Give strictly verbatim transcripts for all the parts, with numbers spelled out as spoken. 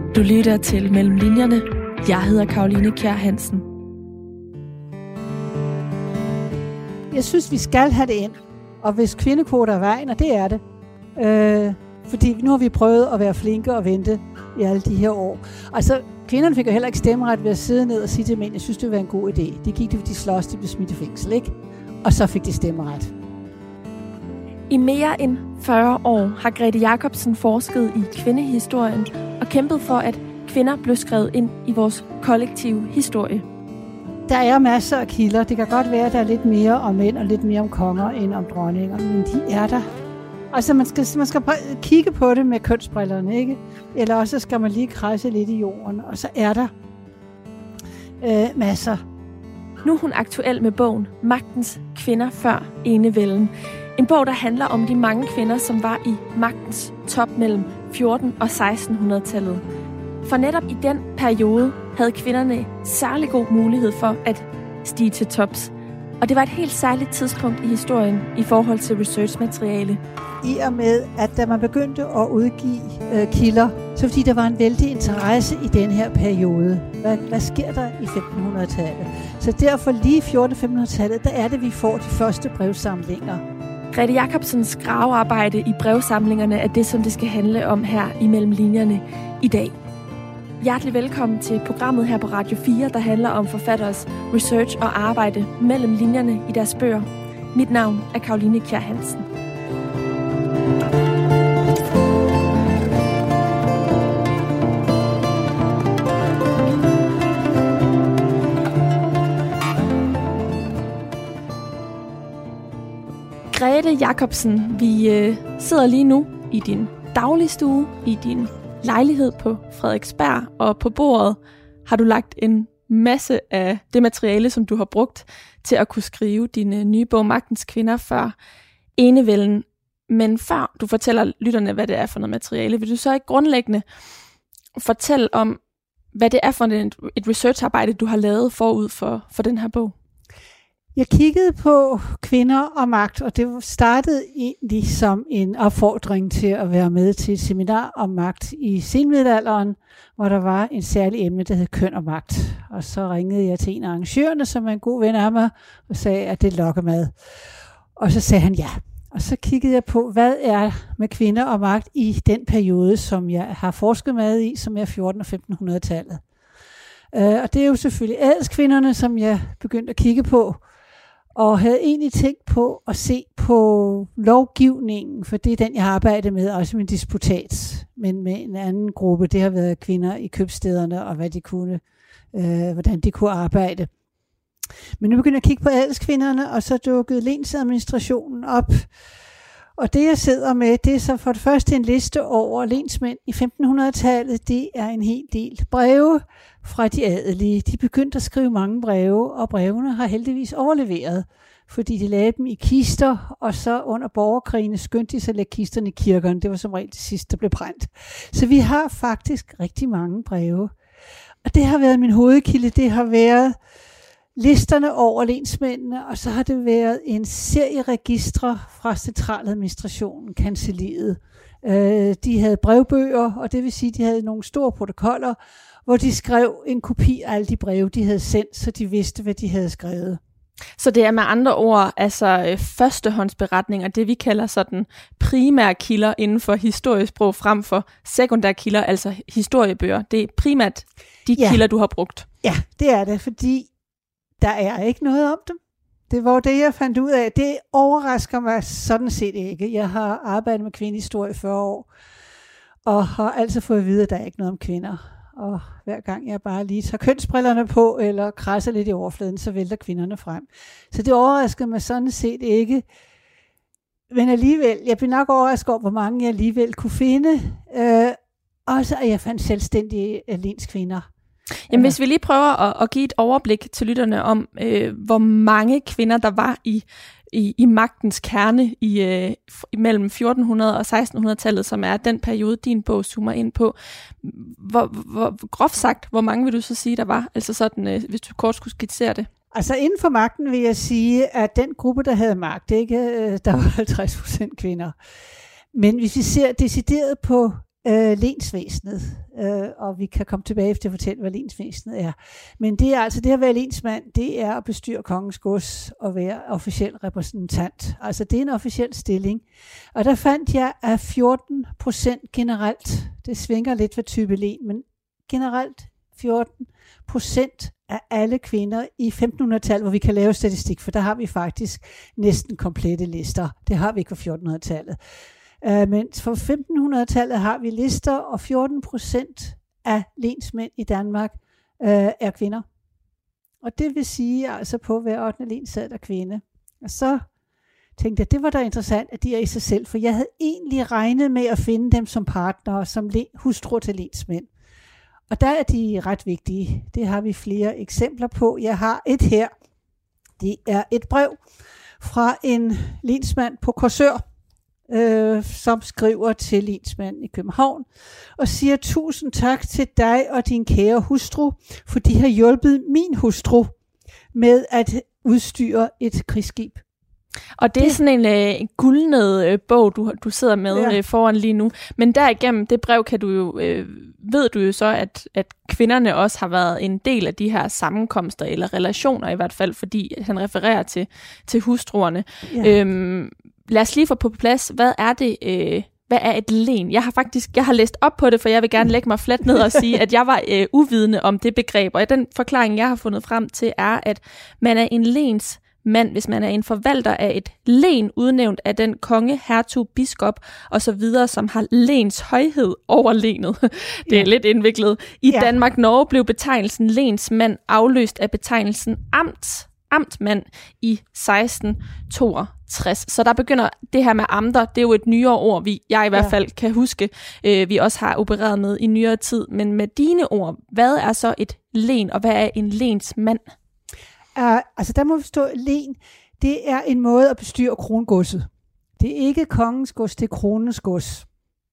Du lytter til Mellem Linjerne. Jeg hedder Caroline Kjær Hansen. Jeg synes, vi skal have det ind. Og hvis kvindekvoter er vejen, og det er det. Øh, fordi nu har vi prøvet at være flinke og vente i alle de her år. Altså, kvinderne fik jo heller ikke stemmeret ved at sidde ned og sige til mænd, jeg synes, det ville være en god idé. De gik det, de slås, de blev smidt i fængsel, ikke? Og så fik de stemmeret. I mere end fyrre år har Grete Jacobsen forsket i kvindehistorien og kæmpet for, at kvinder blev skrevet ind i vores kollektive historie. Der er masser af kilder. Det kan godt være, at der er lidt mere om mænd og lidt mere om konger end om dronninger, men de er der. Altså, man skal, man skal kigge på det med kønsbrillerne, ikke? Eller også skal man lige kradse lidt i jorden, og så er der øh, masser. Nu er hun aktuel med bogen Magtens kvinder før enevælden. En bog, der handler om de mange kvinder, som var i magtens top mellem fjorten- og sekstenhundredetallet. For netop i den periode havde kvinderne særlig god mulighed for at stige til tops. Og det var et helt særligt tidspunkt i historien i forhold til researchmateriale. I og med, at da man begyndte at udgive øh, kilder, så fordi der var en vældig interesse i den her periode. Hvad, hvad sker der i femtenhundredetallet? Så derfor lige i fjorten-femtenhundredetallet, der er det, vi får de første brevsamlinger. Grete Jacobsens gravearbejde i brevsamlingerne er det, som det skal handle om her i Mellem Linjerne i dag. Hjertelig velkommen til programmet her på Radio fire, der handler om forfatteres research og arbejde mellem linjerne i deres bøger. Mit navn er Caroline Kjær Hansen. Grete Jacobsen, vi øh, sidder lige nu i din dagligstue, i din lejlighed på Frederiksberg, og på bordet har du lagt en masse af det materiale, som du har brugt til at kunne skrive din øh, nye bog Magtens kvinder før enevælden. Men før du fortæller lytterne, hvad det er for noget materiale, vil du så ikke grundlæggende fortælle om, hvad det er for et, et researcharbejde, du har lavet forud for, for den her bog? Jeg kiggede på kvinder og magt, og det startede egentlig som en opfordring til at være med til et seminar om magt i senmiddelalderen, hvor der var en særlig emne, der hed køn og magt. Og så ringede jeg til en af arrangørerne, som er en god ven af mig, og sagde, at det er lokkemad. Og så sagde han ja. Og så kiggede jeg på, hvad er med kvinder og magt i den periode, som jeg har forsket med i, som er fjorten- og femtenhundredetallet. Og det er jo selvfølgelig adelskvinderne, som jeg begyndte at kigge på, og havde egentlig tænkt på at se på lovgivningen, for det er den, jeg har arbejdet med, også min disputat, men med en anden gruppe. Det har været kvinder i købstæderne, og hvad de kunne, øh, hvordan de kunne arbejde. Men nu begynder jeg at kigge på adelskvinderne, og så dukkede lensadministrationen op. Og det, jeg sidder med, det er så for det første en liste over lensmænd i femtenhundredetallet. Det er en hel del breve fra de adelige. De begyndte at skrive mange breve, og brevene har heldigvis overleveret, fordi de lagde dem i kister, og så under borgerkrigene skyndte de sig at lægge kisterne i kirkerne. Det var som regel det sidste, der blev brændt. Så vi har faktisk rigtig mange breve. Og det har været min hovedkilde. Det har været listerne over lensmændene, og så har det været en serie registre fra centraladministrationen, kancelliet. Øh, de havde brevbøger, og det vil sige, at de havde nogle store protokoller, hvor de skrev en kopi af alle de breve, de havde sendt, så de vidste, hvad de havde skrevet. Så det er med andre ord altså førstehåndsberetninger, det vi kalder sådan primære kilder inden for historiesprog frem for sekundære kilder, altså historiebøger. Det er primært de ja. kilder, du har brugt. Ja, det er det, fordi der er ikke noget om dem. Det var det, jeg fandt ud af. Det overrasker mig sådan set ikke. Jeg har arbejdet med kvindehistorie i fyrre år, og har altid fået at vide, at der er ikke noget om kvinder. Og hver gang jeg bare lige tager kønsbrillerne på, eller krasser lidt i overfladen, så vælter kvinderne frem. Så det overrasker mig sådan set ikke. Men alligevel, jeg blev nok overrasket over, hvor mange jeg alligevel kunne finde. Øh, også at jeg fandt selvstændige lenskvinder. Jamen, hvis vi lige prøver at, at give et overblik til lytterne om, øh, hvor mange kvinder der var i, i, i magtens kerne i, øh, mellem fjorten hundrede og sekstenhundredetallet, som er den periode, din bog zoomer ind på. Hvor, hvor, groft sagt, hvor mange vil du så sige, der var? Altså sådan, øh, hvis du kort skulle skitsere det. Altså inden for magten vil jeg sige, at den gruppe, der havde magt, ikke, der var halvtreds procent kvinder. Men hvis vi ser decideret på øh, lensvæsenet, øh, og vi kan komme tilbage til at fortælle, hvad lensvæsenet er. Men det er altså det at være lensmand, det er at bestyre kongens gods og være officiel repræsentant. Altså det er en officiel stilling. Og der fandt jeg, at fjorten procent generelt, det svinger lidt for type len, men generelt fjorten procent af alle kvinder i femtenhundredetallet, hvor vi kan lave statistik, for der har vi faktisk næsten komplette lister. Det har vi ikke for fjortenhundredetallet. Uh, men for femtenhundredetallet har vi lister, og fjorten procent af lensmænd i Danmark uh, er kvinder. Og det vil sige, altså på hver ottende len sad der kvinde. Og så tænkte jeg, det var da interessant, at de er i sig selv, for jeg havde egentlig regnet med at finde dem som partnere, som hustruer til lensmænd. Og der er de ret vigtige. Det har vi flere eksempler på. Jeg har et her. Det er et brev fra en lensmand på Korsør, øh, som skriver til lensmanden i København og siger, tusind tak til dig og din kære hustru, for de har hjulpet min hustru med at udstyre et krigsskib. Og det er sådan en øh, guldnet øh, bog, du, du sidder med ja. øh, foran lige nu. Men derigennem det brev kan du jo, øh, ved du jo så, at, at kvinderne også har været en del af de her sammenkomster, eller relationer i hvert fald, fordi han refererer til, til hustruerne. Ja. Øhm, lad os lige få på plads, hvad er det, øh, hvad er et len? Jeg har faktisk jeg har læst op på det, for jeg vil gerne lægge mig fladt ned og sige, at jeg var øh, uvidende om det begreb. Og den forklaring, jeg har fundet frem til, er, at man er en lens mand, hvis man er en forvalter af et len udnævnt af den konge, hertug, biskop og så videre, som har lens højhed over lenet. Det er ja. lidt indviklet. I ja. Danmark-Norge blev betegnelsen lensmand afløst af betegnelsen amt, amtmand i seksten toogtres. Så der begynder det her med amter, det er jo et nyere ord, vi, jeg i hvert fald ja. kan huske, øh, vi også har opereret med i nyere tid. Men med dine ord, hvad er så et len, og hvad er en lensmand? Uh, altså der må vi forstå, len, det er en måde at bestyre krongodset. Det er ikke kongens gods, det er kronens gods.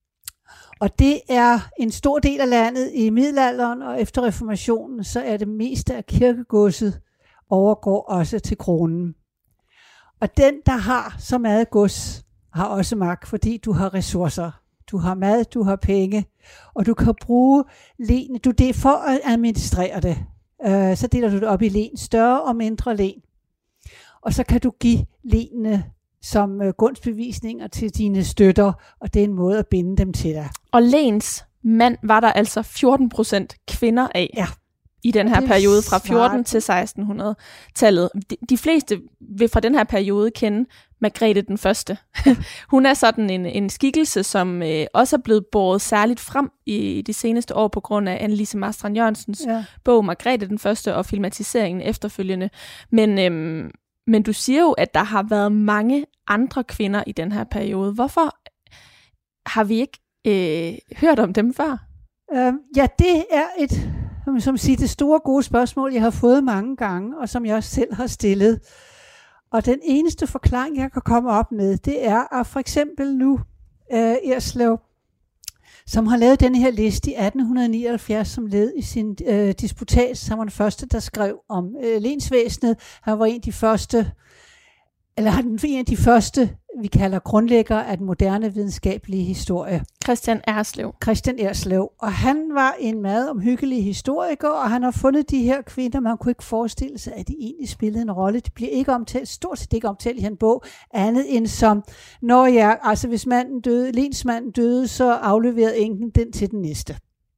Og det er en stor del af landet i middelalderen, og efter reformationen, så er det meste af kirkegodset overgår også til kronen. Og den, der har så meget gods, har også magt, fordi du har ressourcer. Du har mad, du har penge, og du kan bruge len. Du det er for at administrere det. Uh, så deler du det op i len, større og mindre len. Og så kan du give lenene som uh, gunstbevisninger til dine støtter, og det er en måde at binde dem til dig. Og lens mand var der altså fjorten procent kvinder af ja. i den her periode fra fjorten til seksten hundrede-tallet. De, de fleste vil fra den her periode kende Margrethe den Første. Hun er sådan en, en skikkelse, som øh, også er blevet båret særligt frem i de seneste år på grund af Annelise Marstrand-Jørgensens ja. bog Margrethe den Første og filmatiseringen efterfølgende. Men, øhm, men du siger jo, at der har været mange andre kvinder i den her periode. Hvorfor har vi ikke øh, hørt om dem før? Øhm, ja, det er et, som siger, det store gode spørgsmål, jeg har fået mange gange, og som jeg også selv har stillet. Og den eneste forklaring, jeg kan komme op med, det er, at for eksempel nu øh, Erslev, som har lavet denne her liste i atten nioghalvfjerds som led i sin øh, disputats. Han var den første, der skrev om øh, lensvæsenet. Han var en af de første, eller han en af de første, vi kalder grundlæggere af den moderne videnskabelige historie. Christian Erslev. Christian Erslev. Og han var en meget omhyggelig historiker, og han har fundet de her kvinder, man kunne ikke forestille sig, at de egentlig spillede en rolle. Det bliver ikke omtalt, stort set ikke omtalt i en bog, andet end som, når jeg, altså hvis manden døde, lensmanden døde, så afleverede enken den til den næste.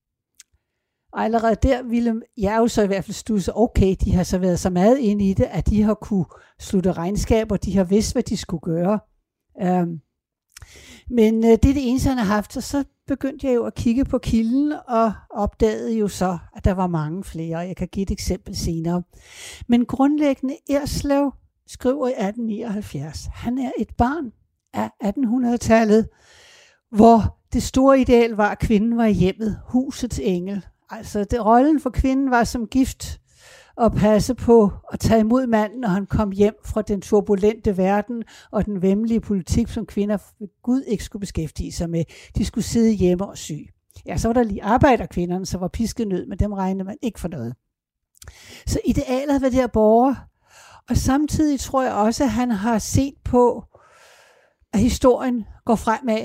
Og allerede der ville jeg jo så i hvert fald studse, okay, de har så været så meget inde i det, at de har kunne slutte regnskaber, de har vidst, hvad de skulle gøre. Um, men uh, det er det eneste, han har haft, og så begyndte jeg jo at kigge på kilden, og opdagede jo så, at der var mange flere. Jeg kan give et eksempel senere. Men grundlæggende, Erslev skriver i atten nioghalvfjerds, han er et barn af attenhundredetallet, hvor det store ideal var, at kvinden var i hjemmet, husets engel. Altså det, rollen for kvinden var som gift at passe på at tage imod manden, når han kom hjem fra den turbulente verden og den væmmelige politik, som kvinder Gud ikke skulle beskæftige sig med. De skulle sidde hjemme og sy. Ja, så var der lige arbejderkvinderne, som var piskenød, men dem regnede man ikke for noget. Så idealet var der borger. Og samtidig tror jeg også, at han har set på, at historien går fremad.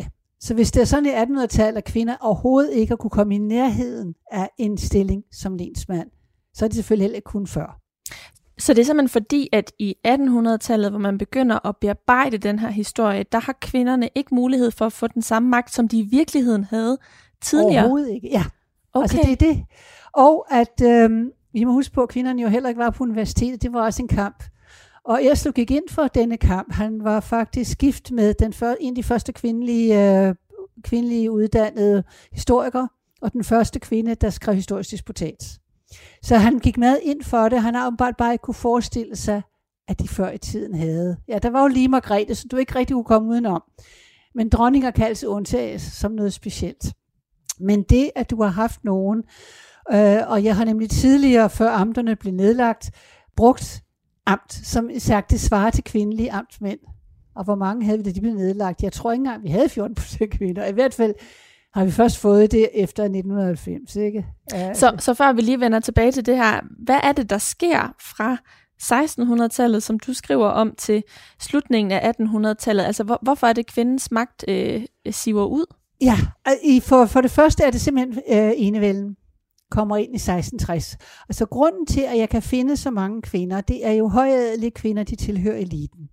Så hvis det er sådan i attenhundredetallet, at kvinder overhovedet ikke har kunne komme i nærheden af en stilling som lensmand, så er det selvfølgelig heller ikke kun før. Så det er simpelthen fordi, at i attenhundredetallet, hvor man begynder at bearbejde den her historie, der har kvinderne ikke mulighed for at få den samme magt, som de i virkeligheden havde tidligere? Overhovedet ikke, ja. Okay. Altså det er det. Og at øhm, vi må huske på, at kvinderne jo heller ikke var på universitetet. Det var også en kamp. Og Erslev gik ind for denne kamp. Han var faktisk gift med den før, en af de første kvindelige, øh, kvindelige uddannede historikere, og den første kvinde, der skrev historisk disputat. Så han gik med ind for det. Han har åbenbart bare ikke kunne forestille sig, at de før i tiden havde. Ja, der var jo lige Margrethe, så du ikke rigtig kunne komme udenom. Men dronninger kan altså undtages som noget specielt. Men det, at du har haft nogen, øh, og jeg har nemlig tidligere, før amterne blev nedlagt, brugt amt, som sagt, det svarer til kvindelige amtmænd. Og hvor mange havde vi, da de blev nedlagt? Jeg tror ikke engang, vi havde fjorten procent kvinder. I hvert fald har vi først fået det efter nitten halvfems, ikke? Så, så før vi lige vender tilbage til det her, hvad er det, der sker fra sekstenhundredetallet, som du skriver om, til slutningen af attenhundredetallet? Altså, hvor, hvorfor er det, kvindens magt øh, siver ud? Ja, for, for det første er det simpelthen øh, enevælden kommer ind i seksten tres. Altså grunden til, at jeg kan finde så mange kvinder, det er jo højadelige kvinder, de tilhører eliten.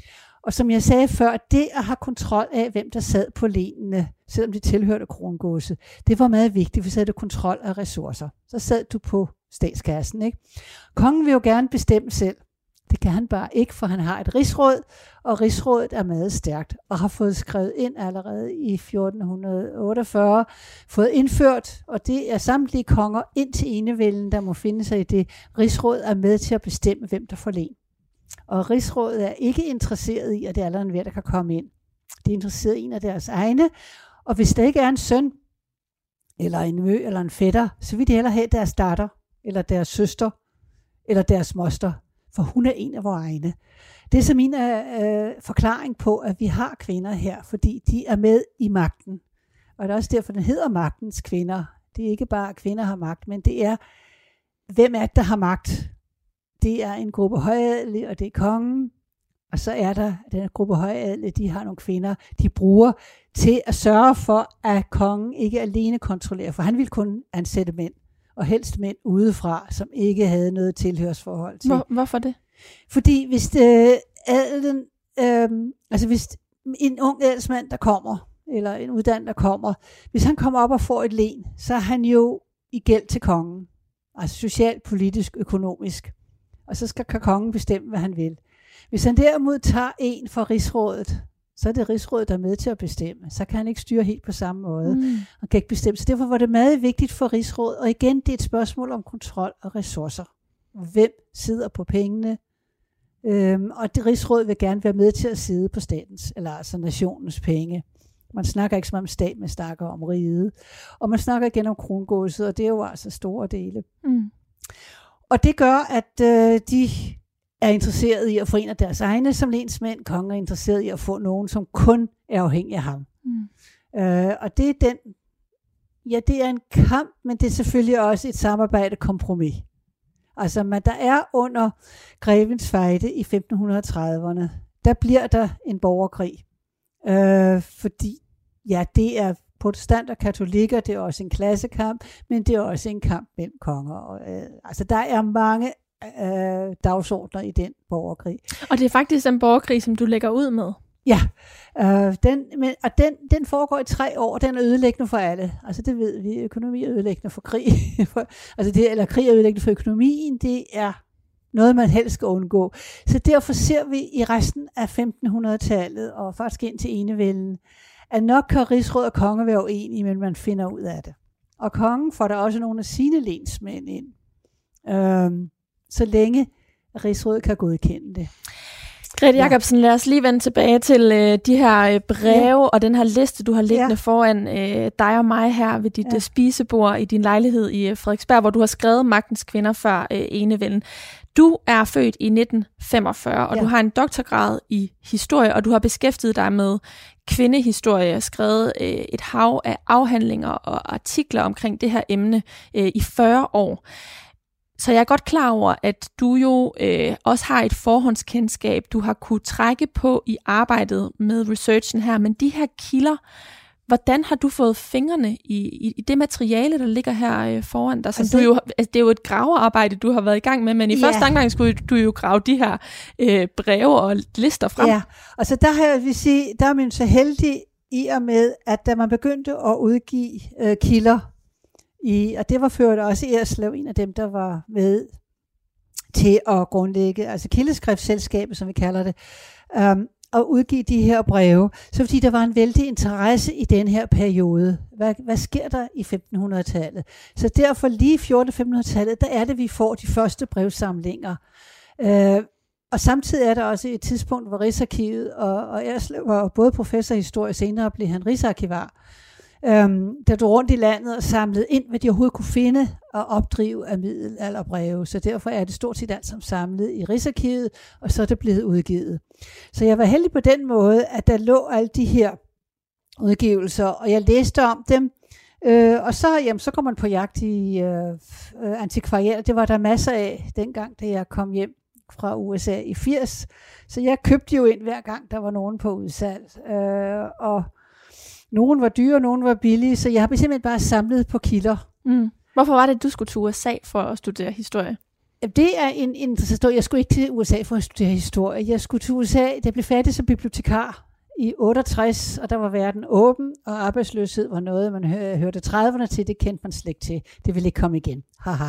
Og som jeg sagde før, det at have kontrol af, hvem der sad på lenene, selvom de tilhørte krongodset, det var meget vigtigt, for så havde du kontrol af ressourcer. Så sad du på statskassen, ikke? Kongen vil jo gerne bestemme selv. Det kan han bare ikke, for han har et rigsråd, og rigsrådet er meget stærkt, og har fået skrevet ind allerede i fjorten otteogfyrre, fået indført, og det er samtlige konger ind til enevælden, der må finde sig i det. Rigsråd er med til at bestemme, hvem der får len. Og rigsrådet er ikke interesseret i, at det er allerede en der kan komme ind. De er interesseret i en af deres egne, og hvis der ikke er en søn, eller en mø, eller en fætter, så vil de hellere have deres datter, eller deres søster, eller deres moster, for hun er en af vores egne. Det er så min øh, forklaring på, at vi har kvinder her, fordi de er med i magten. Og det er også derfor, den hedder magtens kvinder. Det er ikke bare, at kvinder har magt, men det er, hvem er det, der har magt? Det er en gruppe højadelige, og det er kongen. Og så er der den gruppe højadelige, de har nogle kvinder, de bruger til at sørge for, at kongen ikke alene kontrollerer, for han vil kun ansætte mænd, og helst mænd udefra, som ikke havde noget tilhørsforhold til. Hvor, hvorfor det? Fordi hvis det, adelen, øh, altså hvis en ung adelsmand, der kommer, eller en uddannet, der kommer, hvis han kommer op og får et len, så er han jo i gæld til kongen. Altså socialt, politisk, økonomisk. Og så skal kongen bestemme, hvad han vil. Hvis han derimod tager en fra rigsrådet, så er det rigsrådet, der er med til at bestemme. Så kan han ikke styre helt på samme måde. Mm. Han kan ikke bestemme. Så derfor var det meget vigtigt for rigsrådet. Og igen, det er et spørgsmål om kontrol og ressourcer. Hvem sidder på pengene? Øhm, og det rigsråd vil gerne være med til at sidde på statens, eller altså nationens penge. Man snakker ikke så meget om stat, man snakker om riget. Og man snakker igen om krongodset, og det er jo altså store dele. Mm. Og det gør, at øh, de er interesseret i at få en af deres egne som lensmænd. Kongen er interesseret i at få nogen, som kun er afhængig af ham. Mm. Øh, og det er den, ja, det er en kamp, men det er selvfølgelig også et samarbejde kompromis. Altså, man, der er under Grevens Fejde i femten trediverne, der bliver der en borgerkrig. Øh, fordi, ja, det er protestanter og katolikker, det er også en klassekamp, men det er også en kamp mellem konger. Og, øh, altså, der er mange øh, dagsordner i den borgerkrig. Og det er faktisk den borgerkrig, som du lægger ud med? Ja, øh, den, men, og den, den foregår i tre år, den er ødelæggende for alle. Altså det ved vi, økonomi er ødelæggende for krig. for, altså det, eller krig er ødelæggende for økonomien, det er noget, man helst skal undgå. Så derfor ser vi i resten af femtenhundredetallet, og faktisk ind til enevælden, at nok kan rigsråd og konge være uenige, men man finder ud af det. Og kongen får der også nogle af sine lensmænd ind, øhm, så længe rigsrådet kan godkende det. Grete Jacobsen, lad os lige vende tilbage til øh, de her øh, breve ja. og den her liste, du har liggende ja. foran øh, dig og mig her ved dit ja. spisebord i din lejlighed i øh, Frederiksberg, hvor du har skrevet Magtens Kvinder før øh, enevælden. Du er født i nitten femogfyrre, og ja. du har en doktorgrad i historie, og du har beskæftiget dig med kvindehistorie, skrevet øh, et hav af afhandlinger og artikler omkring det her emne øh, i fyrre år. Så jeg er godt klar over, at du jo øh, også har et forhåndskendskab, du har kunne trække på i arbejdet med researchen her, men de her kilder, Hvordan har du fået fingrene i, i, i det materiale, der ligger her øh, foran dig? Som altså, du jo, altså, det er jo et gravearbejde, du har været i gang med, men i ja. første omgang skulle du jo grave de her øh, breve og lister frem. Ja, og så der har jeg vil sige, der er man så heldig i og med, at da man begyndte at udgive øh, kilder, i, og det var ført også Erslev, en af dem, der var med til at grundlægge, altså Kildeskriftselskabet, som vi kalder det, um, og udgive de her breve, så fordi der var en vældig interesse i den her periode. Hvad, hvad sker der i femtenhundredetallet? Så derfor lige fjorten-femtenhundredetallet, der er det, vi får de første brevsamlinger. Uh, og samtidig er der også et tidspunkt, hvor Rigsarkivet og, og Erslev var både professor i historie, senere blev han rigsarkivar, Øhm, der drog rundt i landet og samlede ind, hvad de overhovedet kunne finde og opdrive af middelalderbreve. Så derfor er det stort set alt som samlet i Rigsarkivet, og så er det blevet udgivet. Så jeg var heldig på den måde, at der lå alle de her udgivelser, og jeg læste om dem. Øh, og så, jamen, så kom man på jagt i øh, antikvariat. Det var der masser af dengang, da jeg kom hjem fra U S A i firs. Så jeg købte jo ind hver gang, der var nogen på udsalg. Øh, og Nogle var dyre, og nogle var billige, så jeg har simpelthen bare samlet på kilder. Mm. Hvorfor var det, at du skulle til U S A for at studere historie? Det er en interessant historie. Jeg skulle ikke til U S A for at studere historie. Jeg skulle til U S A, da jeg blev færdig som bibliotekar i otteogtres, og der var verden åben, og arbejdsløshed var noget, man hørte trediverne til. Det kendte man slet ikke til. Det ville ikke komme igen. Haha.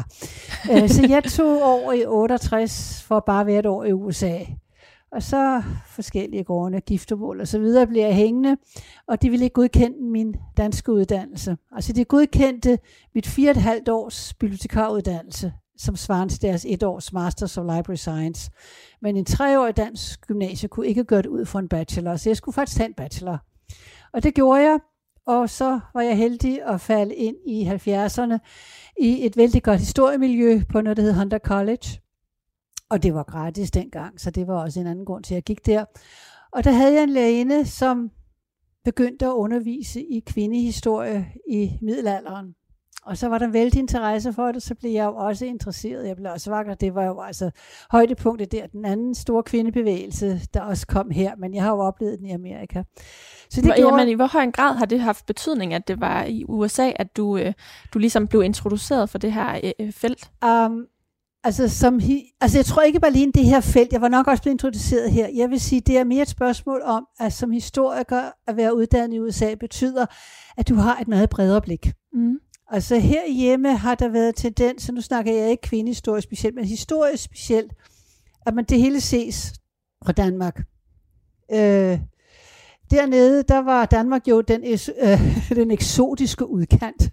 Så jeg tog over i otteogtres for bare at være et år i U S A. Og så forskellige grunde, giftermål og så videre, blev jeg hængende, og de ville ikke godkende min danske uddannelse. Altså de godkendte mit fire og et halvt års bibliotekaruddannelse, som svarede til deres et års Masters of Library Science. Men en treårig dansk gymnasie kunne ikke gøre det ud for en bachelor, så jeg skulle faktisk tage en bachelor. Og det gjorde jeg, og så var jeg heldig at falde ind i halvfjerdserne i et vældig godt historiemiljø på noget, der hed Hunter College. Og det var gratis dengang, så det var også en anden grund til, at jeg gik der. Og der havde jeg en lærerinde, som begyndte at undervise i kvindehistorie i middelalderen. Og så var der en vældig interesse for det, så blev jeg jo også interesseret. Jeg blev også vakker. Det var jo altså højdepunktet der, den anden store kvindebevægelse, der også kom her, men jeg har jo oplevet den i Amerika. Så det hvor, gjorde... Jamen, i hvor høj en grad har det haft betydning, at det var i U S A, at du, øh, du ligesom blev introduceret for det her øh, felt? Um, Altså, som hi, altså jeg tror ikke bare lige det her felt, jeg var nok også blevet introduceret her. Jeg vil sige, det er mere et spørgsmål om, at som historiker at være uddannet i U S A betyder, at du har et meget bredere blik. Mm. Altså herhjemme har der været tendens, så nu snakker jeg ikke kvindehistorie specielt, men historie specielt, at man det hele ses fra Danmark. Øh, dernede, der var Danmark jo den, øh, den eksotiske udkant.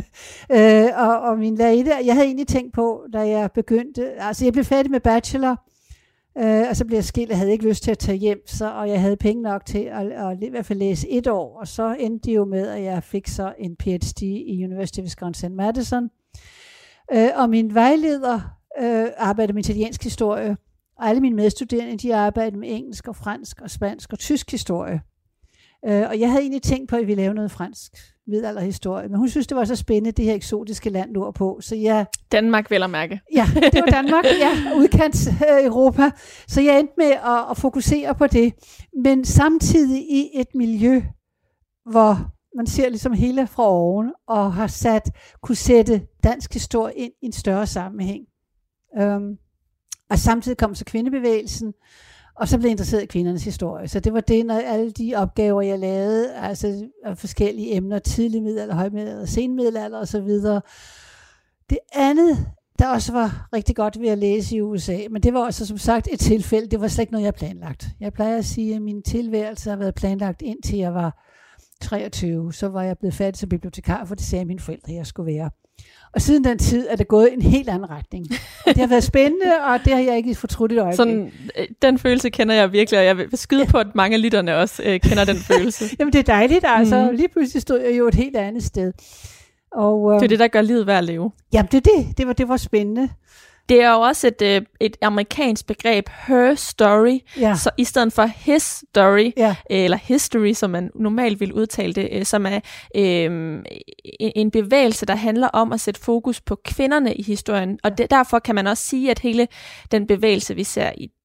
øh, og, og min lærerinde, jeg havde egentlig tænkt på, da jeg begyndte, altså jeg blev færdig med bachelor, øh, og så blev jeg skilt, jeg havde ikke lyst til at tage hjem, så, og jeg havde penge nok til at, at, at i hvert fald læse et år, og så endte det jo med, at jeg fik så en P H D i University of Wisconsin-Madison, øh, og min vejleder øh, arbejdede med italiensk historie, og alle mine medstuderende, de arbejdede med engelsk og fransk og spansk og tysk historie. Øh, og jeg havde egentlig tænkt på, at vi ville lave noget fransk middelalderhistorie, men hun synes, det var så spændende, det her eksotiske land nordpå. Så jeg, Danmark vil jeg mærke. Ja, det var Danmark, ja, udkants øh, Europa. Så jeg endte med at, at fokusere på det, men samtidig i et miljø, hvor man ser ligesom hele fra oven, og har sat, kunne sætte dansk historie ind i en større sammenhæng. Um, og samtidig kom så kvindebevægelsen, og så blev jeg interesseret i kvindernes historie. Så det var det, når alle de opgaver, jeg lavede, altså af forskellige emner, tidlig middelalder, højmiddelalder, senmiddelalder og så videre. Det andet, der også var rigtig godt ved at læse i U S A, men det var også som sagt et tilfælde, det var slet ikke noget, jeg planlagt. Jeg plejer at sige, at min tilværelse har været planlagt indtil jeg var treogtyve. Så var jeg blevet færdig som bibliotekar, for det sagde mine forældre, jeg skulle være. Og siden den tid er det gået i en helt anden retning. Det har været spændende, og det har jeg ikke fortrudt et øjeblik. Sådan, den følelse kender jeg virkelig, og jeg vil skyde på, at mange af lytterne også øh, kender den følelse. Jamen det er dejligt, altså. Mm. Lige pludselig stod jeg jo et helt andet sted. Og, øh, det er det, der gør livet værd at leve. Jamen det er det. Det var, det var spændende. Det er jo også et, øh, et amerikansk begreb, her story, ja. Så i stedet for his story, ja. Eller history, som man normalt vil udtale det, øh, som er øh, en bevægelse, der handler om at sætte fokus på kvinderne i historien. Og det, derfor kan man også sige, at hele den bevægelse, vi ser i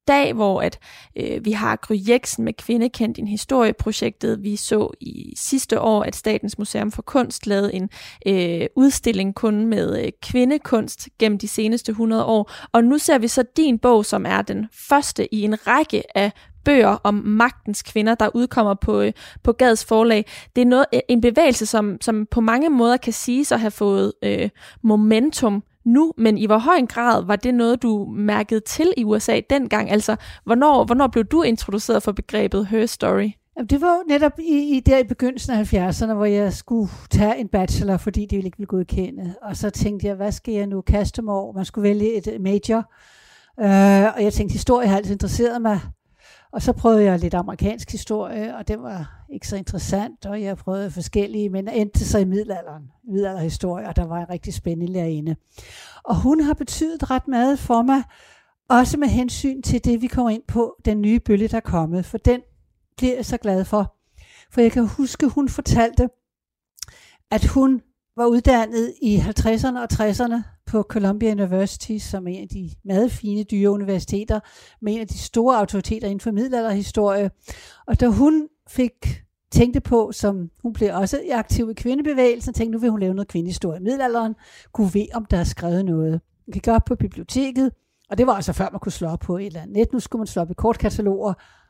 dag, hvor at øh, vi har Gry Jexen med Kvindekend, din historieprojektet. Vi så i sidste år, at Statens Museum for Kunst lavede en øh, udstilling kun med øh, kvindekunst gennem de seneste hundrede år. Og nu ser vi så din bog, som er den første i en række af bøger om magtens kvinder, der udkommer på, øh, på Gads Forlag. Det er noget, en bevægelse, som, som på mange måder kan siges at have fået øh, momentum nu, men i hvor høj en grad var det noget, du mærkede til i U S A dengang? Altså, hvornår, hvornår blev du introduceret for begrebet Her Story? Det var jo netop i, i der i begyndelsen af halvfjerdserne, hvor jeg skulle tage en bachelor, fordi det ville ikke ville godkende. Og så tænkte jeg, hvad skal jeg nu kaste mig over? Man skulle vælge et major. Uh, og jeg tænkte, historie har altid interesseret mig. Og så prøvede jeg lidt amerikansk historie, og det var ikke så interessant, og jeg prøvede forskellige, men endte så i middelalderen, middelalderhistorie, og der var en rigtig spændende lærerinde. Og hun har betydet ret meget for mig, også med hensyn til det, vi kommer ind på, den nye bølge, der er kommet, for den bliver jeg så glad for. For jeg kan huske, hun fortalte, at hun var uddannet i halvtredserne og tresserne på Columbia University, som er en af de meget fine, dyre universiteter, med en af de store autoriteter inden for middelalderhistorie. Og da hun fik tænkte på, som hun blev også aktiv i kvindebevægelsen, tænkte, nu vil hun lave noget kvindehistorie i middelalderen, kunne ved, om der er skrevet noget. Hun gik op på biblioteket, og det var altså før man kunne slå op på et eller andet net. Nu skulle man slå op i kortkataloger,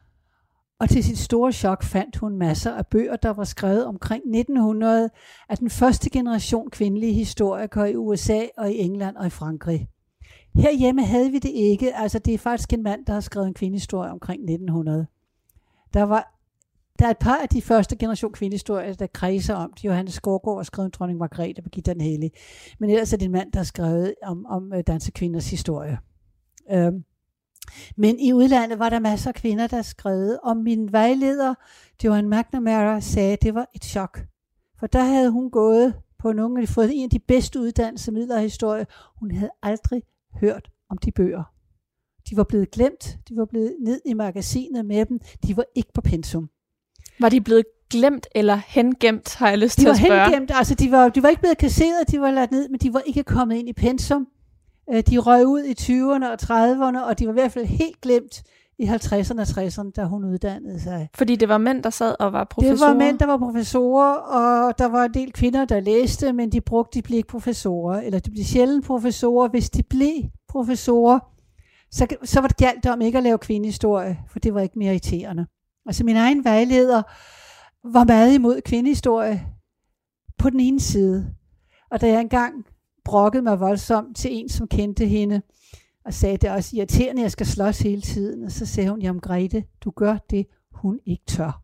og til sit store chok fandt hun masser af bøger, der var skrevet omkring nitten hundrede af den første generation kvindelige historikere i U S A og i England og i Frankrig. Herhjemme havde vi det ikke. Altså, det er faktisk en mand, der har skrevet en kvindehistorie omkring nitten hundrede. Der var der er et par af de første generation kvindehistorier, der kredser om. Johannes Skovgaard har skrevet om dronning Margrethe og Birgitte den Hellige. Men ellers er det en mand, der har skrevet om, om dansekvinders historie. Øhm. Men i udlandet var der masser af kvinder, der skrev, og min vejleder, Joan McNamara, sagde, at det var et chok. For der havde hun gået på nogle af de, fået en af de bedste uddannelser middelalderhistorie. Hun havde aldrig hørt om de bøger. De var blevet glemt, de var blevet ned i magasinet med dem, de var ikke på pensum. Var de blevet glemt eller hengemt, har jeg lyst de til at spørge? De var hengemt, altså de var, de var ikke blevet kasseret, de var lagt ned, men de var ikke kommet ind i pensum. De røg ud i tyverne og trediverne, og de var i hvert fald helt glemt i halvtredserne og tresserne, da hun uddannede sig. Fordi det var mænd, der sad og var professorer? Det var mænd, der var professorer, og der var en del kvinder, der læste, men de brugte, de blev ikke professorer, eller de blev sjældent professorer. Hvis de blev professorer, så, så var det galt om ikke at lave kvindehistorie, for det var ikke mere irriterende. Altså min egen vejleder var meget imod kvindehistorie på den ene side, og da jeg engang brokkede mig voldsomt til en, som kendte hende, og sagde, det er også irriterende, at jeg skal slås hele tiden. Og så sagde hun, jamen Grete, du gør det, hun ikke tør.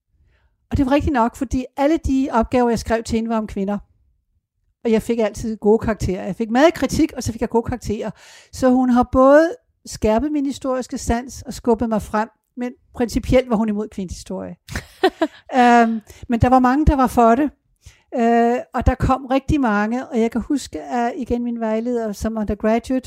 Og det var rigtigt nok, fordi alle de opgaver, jeg skrev til hende, var om kvinder. Og jeg fik altid gode karakterer. Jeg fik meget kritik, og så fik jeg gode karakterer. Så hun har både skærpet min historiske sans og skubbet mig frem, men principielt var hun imod kvindehistorie. um, men der var mange, der var for det. Uh, og der kom rigtig mange, og jeg kan huske, at igen min vejleder som undergraduate,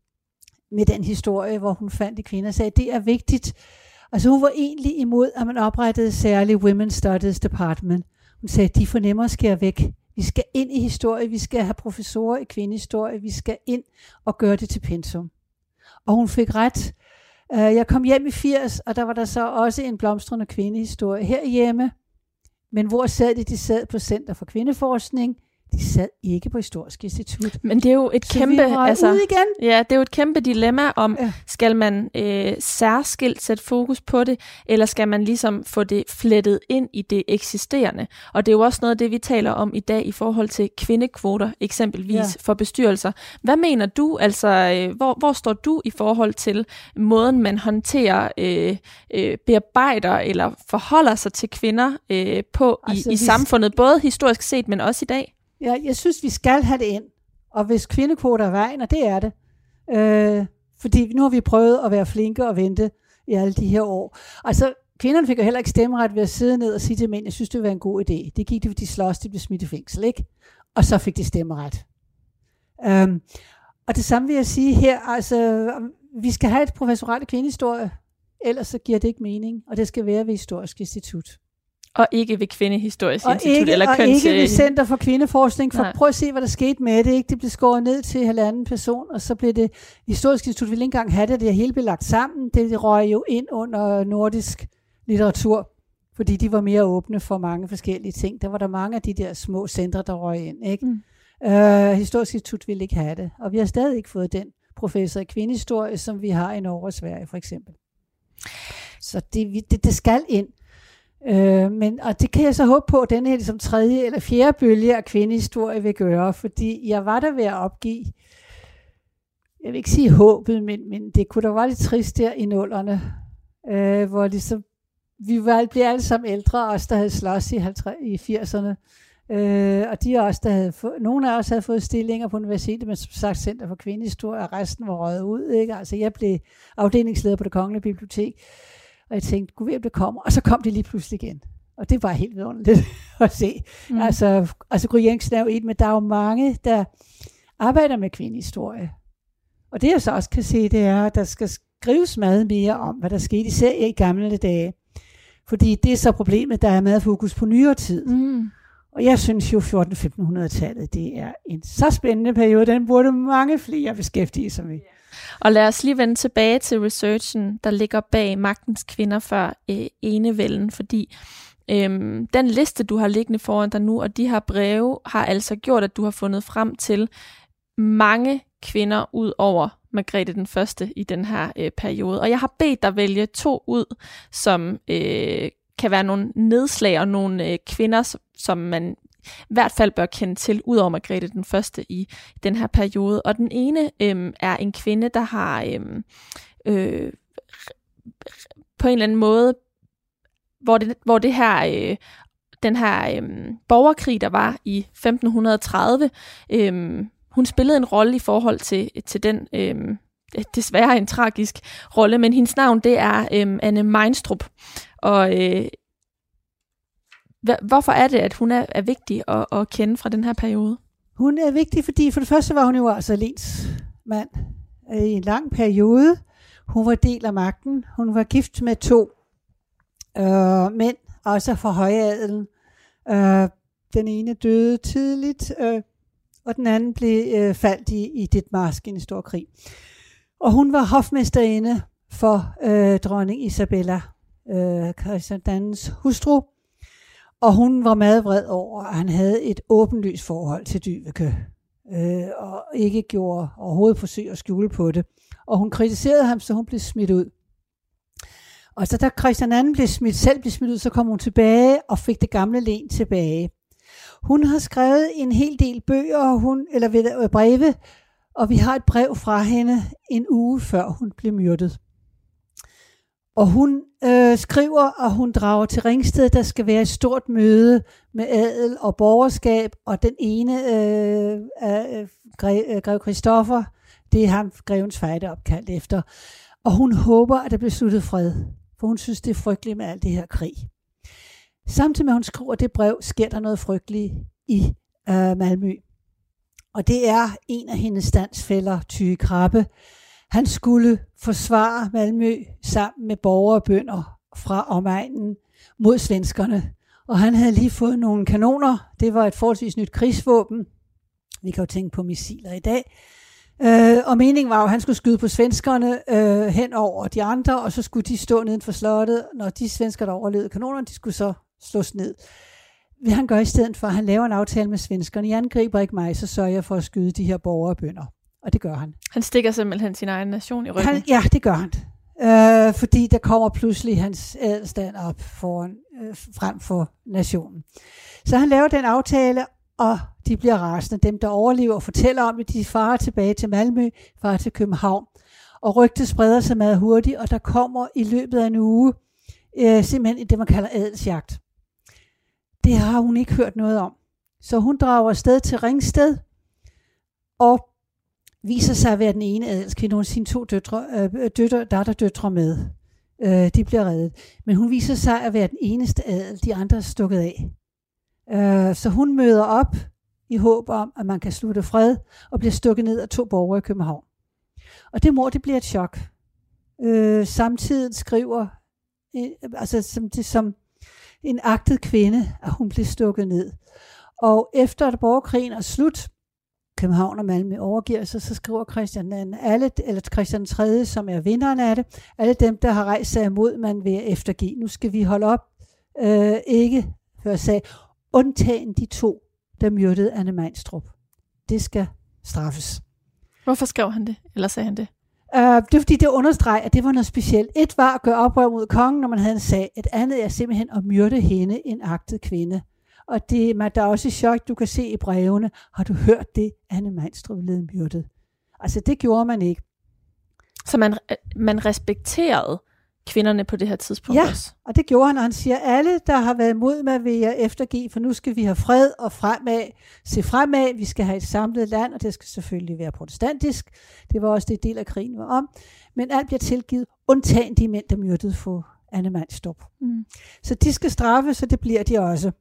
med den historie, hvor hun fandt de kvinder, sagde, at det er vigtigt. Altså hun var egentlig imod, at man oprettede særligt Women's Studies Department. Hun sagde, at de fornemmer at skære væk. Vi skal ind i historie, vi skal have professorer i kvindehistorie, vi skal ind og gøre det til pensum. Og hun fik ret. Jeg kom hjem i firs, og der var der så også en blomstrende kvindehistorie herhjemme. Men hvor sad de? De sad på Center for Kvindeforskning. De sad ikke på Historisk Institut. Men det er jo et så kæmpe, altså, igen. Ja, det er jo et kæmpe dilemma om, ja. Skal man øh, særskilt sætte fokus på det, eller skal man ligesom få det flettet ind i det eksisterende? Og det er jo også noget af det, vi taler om i dag i forhold til kvindekvoter, eksempelvis ja. For bestyrelser. Hvad mener du, altså, øh, hvor, hvor står du i forhold til måden, man håndterer, øh, øh, bearbejder eller forholder sig til kvinder øh, på altså, i, i samfundet, både historisk set, men også i dag? Ja, jeg synes, vi skal have det ind. Og hvis kvindekvoter er vejen, og det er det. Øh, fordi nu har vi prøvet at være flinke og vente i alle de her år. Altså, kvinderne fik jo heller ikke stemmeret ved at sidde ned og sige til mænd, jeg synes, det ville være en god idé. Det gik det, fordi de slås, de blev smidt i fængsel, ikke? Og så fik de stemmeret. Um, og det samme vil jeg sige her, altså, vi skal have et professorat i kvindehistorie, ellers så giver det ikke mening, og det skal være ved Historisk Institut. Og ikke ved Kvindehistorisk og Institut ikke, eller og køns... ikke ved Center for Kvindeforskning, for Nej. prøv at se, hvad der skete med det. Ikke? Det blev skåret ned til halvanden person, og så blev det... Historisk Institut ville ikke engang have det, det hele blev lagt sammen. Det røg jo ind under nordisk litteratur, fordi de var mere åbne for mange forskellige ting. Der var der mange af de der små centre, der røg ind. Ikke? Mm. Uh, Historisk Institut ville ikke have det, og vi har stadig ikke fået den professor i kvindehistorie, som vi har i Norge og Sverige for eksempel. Så det, det, det skal ind. Uh, men, og det kan jeg så håbe på, at denne her ligesom tredje eller fjerde bølge af kvindehistorie vil gøre, fordi jeg var der ved at opgive, jeg vil ikke sige håbet, men, men det kunne da være lidt trist der i nullerne, uh, hvor ligesom, vi var, blev alle sammen ældre, os der havde slås i, halvtreds, i firserne, Øh, og de også, der havde fået, nogle af os havde fået stillinger på universitetet, men som sagt Center for Kvindehistorie, og resten var røget ud. Ikke? Altså jeg blev afdelingsleder på Det Kongelige Bibliotek, og jeg tænkte, gud ved, om det kommer. Og så kom det lige pludselig igen. Og det var helt vidunderligt at se. Mm. Altså, altså Gry Jenssen er jo et, men der er jo mange, der arbejder med kvindehistorie. Og det jeg så også kan se, det er, at der skal skrives meget mere om, hvad der skete, især i gamle dage. Fordi det er så problemet, der er meget fokus på nyere tid. Mm. Og jeg synes jo, fjorten femten hundrede-tallet, det er en så spændende periode. Den burde mange flere beskæftige sig med. Og lad os lige vende tilbage til researchen, der ligger bag Magtens Kvinder før øh, enevælden, fordi øhm, den liste, du har liggende foran dig nu, og de her breve, har altså gjort, at du har fundet frem til mange kvinder ud over Margrethe den Første i den her øh, periode. Og jeg har bedt dig vælge to ud, som øh, kan være nogle nedslag og nogle øh, kvinder, som man i hvert fald bør kende til, ud over Margrethe den Første i den her periode. Og den ene øh, er en kvinde, der har øh, øh, på en eller anden måde, hvor det, hvor det her, øh, den her øh, borgerkrig, der var i femten tredive, øh, hun spillede en rolle i forhold til, til den, øh, desværre en tragisk rolle, men hendes navn, det er øh, Anne Meinstrup. Og øh, hvorfor er det, at hun er, er vigtig at, at kende fra den her periode? Hun er vigtig, fordi for det første var hun jo altså lensmand i en lang periode. Hun var del af magten. Hun var gift med to øh, mænd, også fra højadelen. Øh, den ene døde tidligt, øh, og den anden blev øh, faldt i, i Ditmarsken i en stor krig. Og hun var hofmesterinde for øh, dronning Isabella, øh, Christian den andens hustru. Og hun var meget vred over, at han havde et åbenlyst forhold til Dyveke, øh, og ikke gjorde overhovedet forsøg at skjule på det. Og hun kritiserede ham, så hun blev smidt ud. Og så da Christian den anden blev smidt, selv blev smidt ud, så kom hun tilbage og fik det gamle len tilbage. Hun har skrevet en hel del bøger, hun, eller ved, breve, og vi har et brev fra hende en uge før hun blev myrdet. Og hun øh, skriver, at hun drager til Ringsted. Der skal være et stort møde med adel og borgerskab, og den ene, øh, øh, grev, grev Christoffer, det er ham, grevens fejde opkaldt efter. Og hun håber, at der bliver sluttet fred, for hun synes, det er frygteligt med alt det her krig. Samtidig med, at hun skriver det brev, sker der noget frygteligt i øh, Malmø. Og det er en af hendes standsfæller, Tyge Krabbe. Han skulle forsvare Malmø sammen med borgere og bønder fra omegnen mod svenskerne. Og han havde lige fået nogle kanoner. Det var et forholdsvis nyt krigsvåben. Vi kan jo tænke på missiler i dag. Øh, og meningen var jo, at han skulle skyde på svenskerne øh, hen over de andre, og så skulle de stå neden for slottet. Når de svensker, der overlevede kanonerne, de skulle så slås ned. Hvad han gør i stedet for, at han laver en aftale med svenskerne. Jeg angriber ikke mig, så sørger jeg for at skyde de her borgere og bønder. Og det gør han. Han stikker simpelthen sin egen nation i ryggen. Han, ja, det gør han. Øh, fordi der kommer pludselig hans adelstand op foran, øh, frem for nationen. Så han laver den aftale, og de bliver rasende. Dem, der overlever, fortæller om det, de farer tilbage til Malmø, farer til København. Og rygtet spreder sig meget hurtigt, og der kommer i løbet af en uge øh, simpelthen det, man kalder adelsjagt. Det har hun ikke hørt noget om. Så hun drager afsted til Ringsted, og viser sig at være den ene adelskvinde. Hun har sine to døtre, øh, døtre, datterdøtre med. Øh, de bliver reddet. Men hun viser sig at være den eneste adel, de andre er stukket af. Øh, så hun møder op i håb om, at man kan slutte fred, og bliver stukket ned af to borgere i København. Og det mord, det bliver et chok. Øh, samtidig skriver, øh, altså som, det, som en agtet kvinde, at hun blev stukket ned. Og efter at borgerkrigen er slut, København og Malmø overgiver sig, så skriver Christian den alle, eller Christian den tredje, som er vinderen af det, alle dem, der har rejst sig imod, man vil eftergive. Nu skal vi holde op, øh, ikke høre sag, undtagen de to, der myrdede Anne Mejlstrup. Det skal straffes. Hvorfor skrev han det, eller sagde han det? Uh, det er fordi, det understreger, at det var noget specielt. Et var at gøre oprør mod kongen, når man havde en sag. Et andet er simpelthen at myrde hende, en agtet kvinde. Og det, man, der er også i chok, du kan se i brevene, har du hørt det, Anne Mejlstrup blev myrdet? Altså, det gjorde man ikke. Så man, man respekterede kvinderne på det her tidspunkt ja, også? Og det gjorde han, og han siger, alle, der har været imod mig, vil jeg eftergive, for nu skal vi have fred og fremad, se fremad, vi skal have et samlet land, og det skal selvfølgelig være protestantisk. Det var også det del af krigen var om. Men alt bliver tilgivet, undtagen de mænd, der myrdede for Anne Mejlstrup. Mm. Så de skal straffes, og det bliver de også.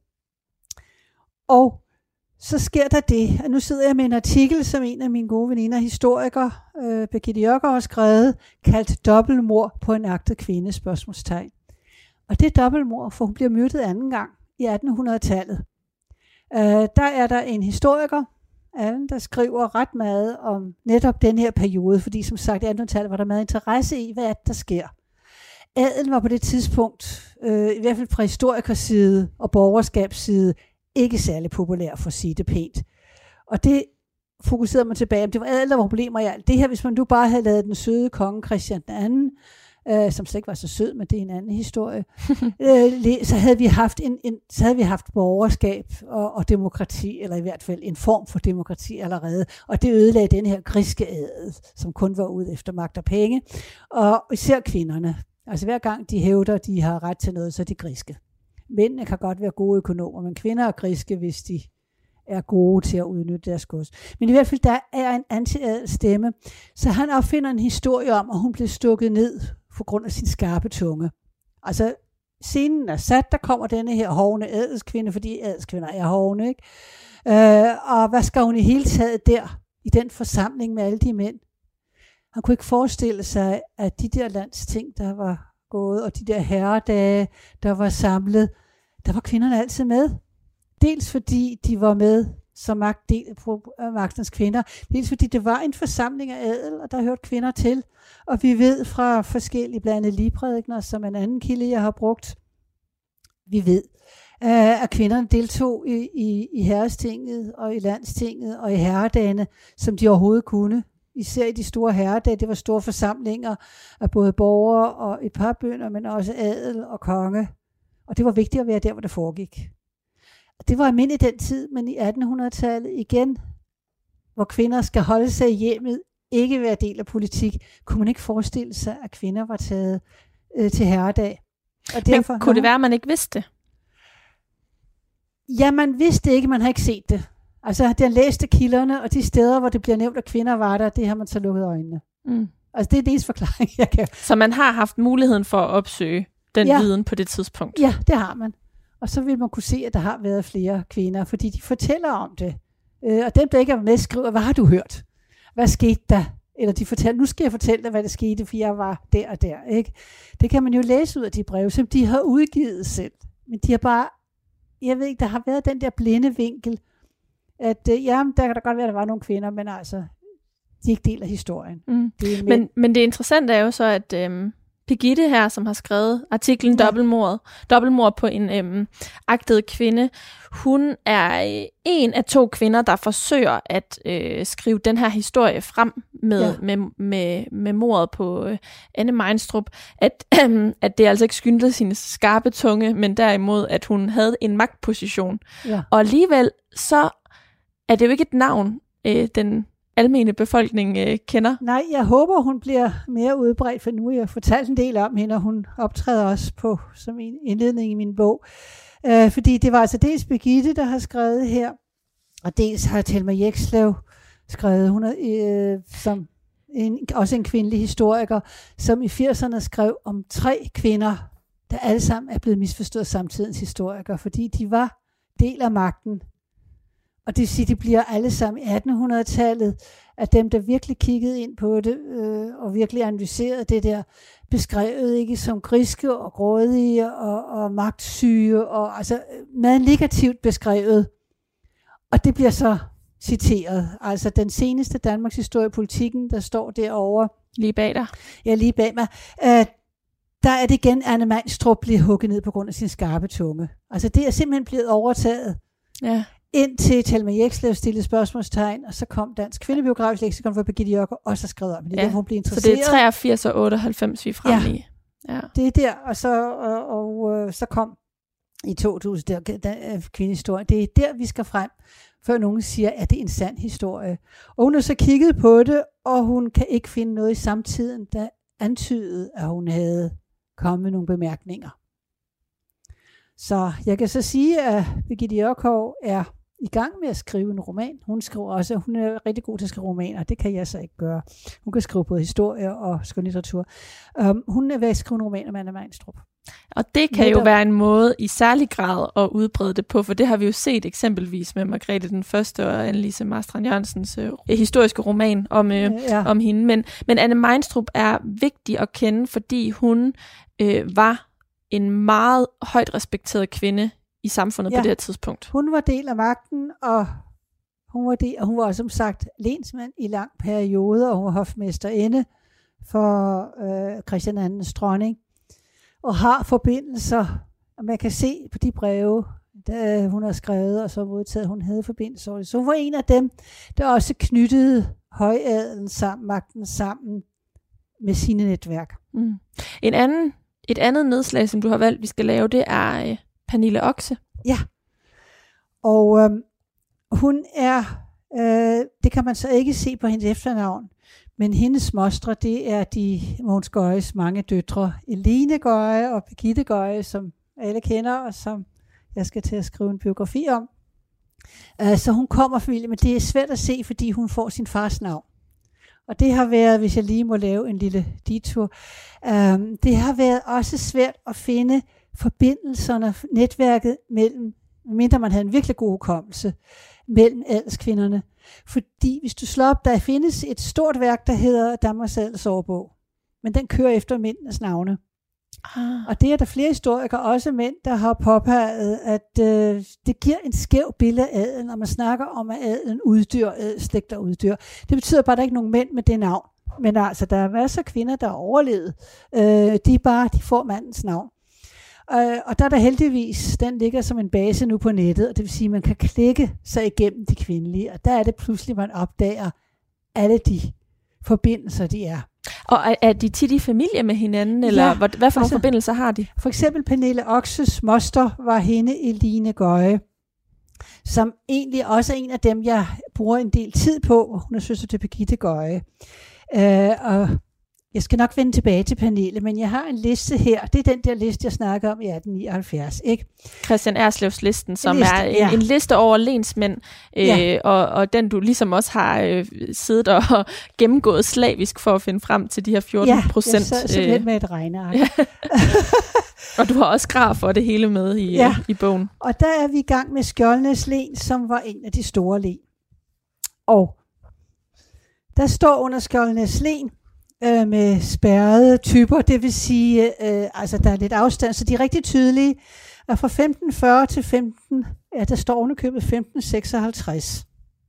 Og så sker der det, at nu sidder jeg med en artikel, som en af mine gode veninder, historiker, øh, Birgitte Jørger, har skrevet, kaldt dobbeltmord på en agtet kvinde, spørgsmålstegn. Og det er dobbeltmord, for hun bliver myrdet anden gang i attenhundredetallet. Øh, der er der en historiker, Allen, der skriver ret meget om netop den her periode, fordi som sagt i attenhundredetallet var der meget interesse i, hvad er det, der sker. Adelen var på det tidspunkt, øh, i hvert fald fra historikerside og borgerskabsside, ikke særlig populær for at sige det pænt. Og det fokuserede man tilbage. Det var adel, der var problemer i alt det her. Hvis man nu bare havde lavet den søde konge Christian den anden, øh, som slet ikke var så sød, men det er en anden historie, øh, så, havde vi haft en, en, så havde vi haft borgerskab og, og demokrati, eller i hvert fald en form for demokrati allerede. Og det ødelagde den her griske adel, som kun var ude efter magt og penge. Og især kvinderne. Altså hver gang de hævder, de har ret til noget, så er de griske. Mændene kan godt være gode økonomer, men kvinder er griske, hvis de er gode til at udnytte deres gods. Men i hvert fald, der er en anti-adel stemme, så han opfinder en historie om, at hun blev stukket ned på grund af sin skarpe tunge. Altså, scenen er sat, der kommer denne her hovne adelskvinde, fordi adelskvinder er hovne, ikke? Øh, og hvad skal hun i hele taget der, i den forsamling med alle de mænd? Han kunne ikke forestille sig, at de der landsting, der var gået, og de der herredage, der var samlet, der var kvinderne altid med. Dels fordi de var med som magt, del på magtens kvinder, dels fordi det var en forsamling af adel, og der hørte kvinder til. Og vi ved fra forskellige blandt andet ligeprædikener, som en anden kilde, jeg har brugt, vi ved, at kvinderne deltog i, i, i herrestinget og i landstinget og i herredagene, som de overhovedet kunne. Især i de store herredage, det var store forsamlinger af både borgere og et par bønder, men også adel og konge. Og det var vigtigt at være der, hvor det foregik. Det var almindeligt i den tid, men i attenhundredetallet igen, hvor kvinder skal holde sig i hjemmet, ikke være del af politik, kunne man ikke forestille sig, at kvinder var taget øh, til herredag. Og derfor, men kunne det være, at man ikke vidste det? Ja, man vidste ikke, man har ikke set det. Altså, den læste kilderne, og de steder, hvor det bliver nævnt, at kvinder var der, det har man så lukket øjnene. Mm. Altså, det er dels forklaring, jeg kan. Så man har haft muligheden for at opsøge den ja. viden på det tidspunkt? Ja, det har man. Og så vil man kunne se, at der har været flere kvinder, fordi de fortæller om det. Øh, og dem, der ikke er med, skriver, hvad har du hørt? Hvad skete der? Eller de fortæller, nu skal jeg fortælle dig, hvad der skete, for jeg var der og der. Ikke? Det kan man jo læse ud af de breve, som de har udgivet selv. Men de har bare, jeg ved ikke, der har været den der blinde vinkel, at øh, ja, der kan da godt være, at der var nogle kvinder, men altså, de er ikke del af historien. Mm. Det er men, men det interessante er jo så, at øhm, Birgitte her, som har skrevet artiklen ja. Dobbeltmord, dobbeltmord på en øhm, agtet kvinde, hun er øh, en af to kvinder, der forsøger at øh, skrive den her historie frem med, ja. med, med, med mordet på øh, Anne Mejlstrup, at, øh, at det altså ikke skyldtes sin skarpe tunge, men derimod, at hun havde en magtposition. Ja. Og alligevel så er det jo ikke et navn, øh, den almene befolkning øh, kender. Nej, jeg håber, hun bliver mere udbredt, for nu har jeg fortalt en del om hende, og hun optræder også på som en indledning i min bog. Øh, fordi det var altså dels Birgitte, der har skrevet her, og dels har Thelma Jekslev skrevet, hun er øh, som en, også en kvindelig historiker, som i firserne skrev om tre kvinder, der alle sammen er blevet misforstået samtidens historikere, fordi de var del af magten. Og det vil sige, at de bliver alle sammen i attenhundredetallet, at dem, der virkelig kiggede ind på det, øh, og virkelig analyserede det der, beskrevet ikke som griske og grådige og, og magtsyge, og altså meget negativt beskrevet. Og det bliver så citeret. Altså den seneste Danmarks historiepolitikken, der står derovre. Lige bag dig. Ja, lige bag mig. Øh, der er det igen, Anne Mejlstrup bliver hugget ned på grund af sin skarpe tunge. Altså det er simpelthen blevet overtaget. Ja. Indtil Thelma Jekslev stillede spørgsmålstegn, og så kom Dansk Kvindebiografisk Leksikon for Birgitte Jørger, og så skrev om det, ja. Hun blev interesseret. Så det er treogfirs og otteoghalvfems, vi er fremme ja. i. Ja, det er der, og så, og, og, og så kom i to tusind der, der kvindehistorie. Det er der, vi skal frem, før nogen siger, at det er en sand historie. Og hun har så kigget på det, og hun kan ikke finde noget i samtiden, der antydede, at hun havde kommet med nogle bemærkninger. Så jeg kan så sige, at Birgitte Jørgensen er i gang med at skrive en roman. Hun skriver også, hun er rigtig god til at skrive romaner, det kan jeg så ikke gøre. Hun kan skrive både historie og skønlitteratur. Um, hun er ved at skrive en roman om Anne Mejlstrup. Og det kan jo være en måde i særlig grad at udbrede det på, for det har vi jo set eksempelvis med Margrethe den Første og Annelise Marstrand Jørgensens øh, historiske roman om, øh, ja. om hende. Men, men Anne Mejlstrup er vigtig at kende, fordi hun øh, var en meget højt respekteret kvinde i samfundet ja. på det her tidspunkt. Hun var del af magten, og hun var, del, og hun var som sagt lensmand i lang periode, og hun var hofmesterinde for øh, Christian andens dronning, og har forbindelser, og man kan se på de breve, der hun har skrevet og så modtaget, hun havde forbindelser. Så hun var en af dem, der også knyttede højadelen sammen, magten sammen med sine netværk. Mm. En anden, et andet nedslag, som du har valgt, vi skal lave, det er øh, Pernille Oxe. Ja, og øh, hun er, øh, det kan man så ikke se på hendes efternavn, men hendes mostre, det er de Mogens Gøjes mange døtre. Eline Gøje og Birgitte Gøje, som alle kender, og som jeg skal til at skrive en biografi om. Uh, så hun kommer familie, men det er svært at se, fordi hun får sin fars navn. Og det har været, hvis jeg lige må lave en lille detur, uh, det har været også svært at finde forbindelserne, netværket mellem, mindre man havde en virkelig god hukommelse, mellem adelskvinderne. Fordi hvis du slår op, der findes et stort værk, der hedder Danmarks Adelsårbog. Men den kører efter mændenes navne. Ah. Og det er der flere historikere, også mænd, der har påpeget, at øh, det giver en skæv billede af adelen, når man snakker om, at adelen uddyr, adelslægter uddyr. Det betyder bare, at der ikke er nogen mænd med det navn. Men altså, der er masser af kvinder, der har overlevet. Øh, de er bare, de får mandens navn. Uh, og der er der heldigvis, den ligger som en base nu på nettet, og det vil sige, at man kan klikke sig igennem de kvindelige, og der er det pludselig, man opdager alle de forbindelser, de er. Og er, er de tit i familie med hinanden, eller ja, hvad, hvad for altså, nogle forbindelser har de? For eksempel Pernille Oxes moster var hende Eline Gøje, som egentlig også er en af dem, jeg bruger en del tid på. Hun er søster til Birgitte Gøje. Uh, og Jeg skal nok vende tilbage til Pernille, men jeg har en liste her. Det er den der liste, jeg snakker om i atten nioghalvfjerds, ikke? Christian Erslevs listen, som liste, er en, ja. en liste over lensmænd, øh, ja. og, og den du ligesom også har øh, siddet og gennemgået slavisk for at finde frem til de her fjorten procent. Ja, jeg sad simpelthen med et regneark. Ja. Og du har også graf for det hele med i, ja. øh, i bogen. Og der er vi i gang med Skjoldnæs len, som var en af de store len. Og der står under Skjoldnæs len, Øh, med spærrede typer, det vil sige, øh, altså der er lidt afstand, så de er rigtig tydelige. Og fra femten fyrre til femten, ja, der står underkøbet femten seksoghalvtreds.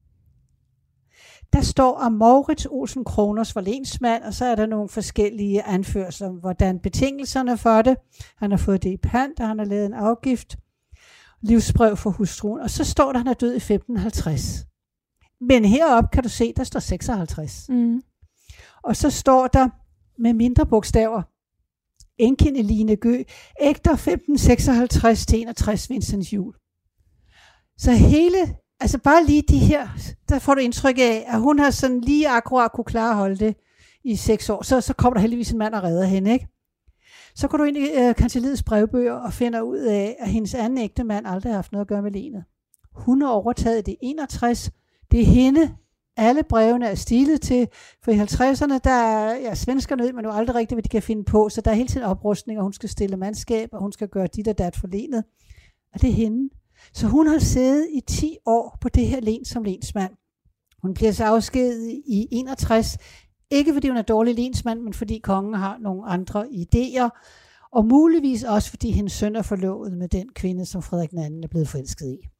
Der står om Moritz Olsen Kroners var lensmand, og så er der nogle forskellige anførsler om, hvordan betingelserne for det. Han har fået det i pant, og han har lavet en afgift, livsbrev for hustruen, og så står der, han er død i femten halvtreds. Men heroppe kan du se, der står seksoghalvtreds. Mm. Og så står der med mindre bogstaver, enken Eline Gø, ægter femten seksoghalvtreds til enogtres Vincents jul. Så hele, altså bare lige de her, der får du indtryk af, at hun har sådan lige akkurat kunne klare at holde det i seks år. Så, så kommer der heldigvis en mand og redder hende, ikke? Så går du ind i øh, kancelliets brevbøger og finder ud af, at hendes anden ægte mand aldrig har haft noget at gøre med lenet. Hun har overtaget det enogtres. Det er hende, alle brevene er stilet til, for i halvtredserne, der er ja, svenskerne ud, men jo aldrig rigtigt, hvad de kan finde på, så der er hele tiden oprustning, og hun skal stille mandskab, og hun skal gøre dit og dat for lenet. Og det er hende. Så hun har siddet i ti år på det her len som lensmand. Hun bliver så afskediget i enogtres, ikke fordi hun er dårlig lensmand, men fordi kongen har nogle andre idéer, og muligvis også fordi hendes søn er forlovet med den kvinde, som Frederik den anden er blevet forelsket i.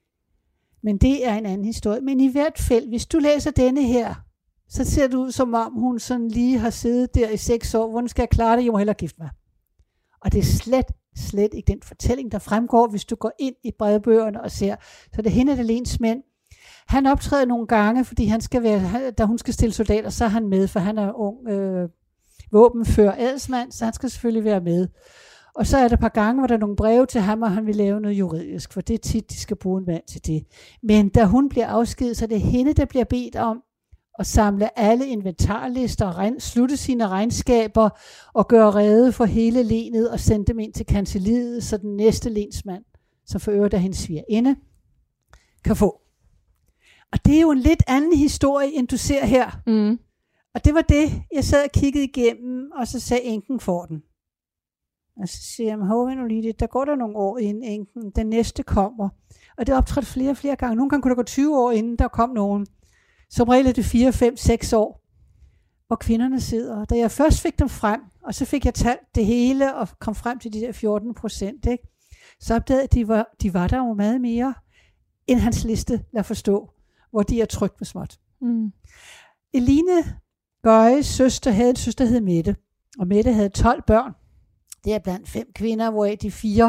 Men det er en anden historie. Men i hvert fald, hvis du læser denne her, så ser det ud som om, hun sådan lige har siddet der i seks år. Hvordan skal jeg klare det? Jeg må hellere gifte mig. Og det er slet, slet ikke den fortælling, der fremgår, hvis du går ind i brevbøgerne og ser. Så det er hende, der lensmænd. Han optræder nogle gange, fordi han skal være, da hun skal stille soldater, så er han med, for han er ung øh, våbenfører adelsmand, så han skal selvfølgelig være med. Og så er der et par gange, hvor der er nogle breve til ham, og han vil lave noget juridisk, for det er tit, de skal bruge en mand til det. Men da hun bliver afskediget, så er det hende, der bliver bedt om at samle alle inventarlister, regn, slutte sine regnskaber og gøre rede for hele lenet og sende dem ind til kancelliet, så den næste lensmand, som for øvrigt er hendes svigerinde, kan få. Og det er jo en lidt anden historie, end du ser her. Mm. Og det var det, jeg sad og kiggede igennem, og så sagde enken for den. Og så siger jeg, hov, nu lige det, der går der nogle år inden enken, den næste kommer. Og det optrådte flere og flere gange. Nogle gange kunne der gå tyve år inden, der kom nogen. Som regel er det fire, fem, seks år, hvor kvinderne sidder. Da jeg først fik dem frem, og så fik jeg talt det hele, og kom frem til de der fjorten procent, ikke? Så opdagede jeg, at de var, de var der jo meget mere, end hans liste lader forstå, hvor de er trygt med småt. Mm. Eline Gøjes søster havde en søster, der hed Mette, og Mette havde tolv børn. Det er blandt fem kvinder, hvoraf de fire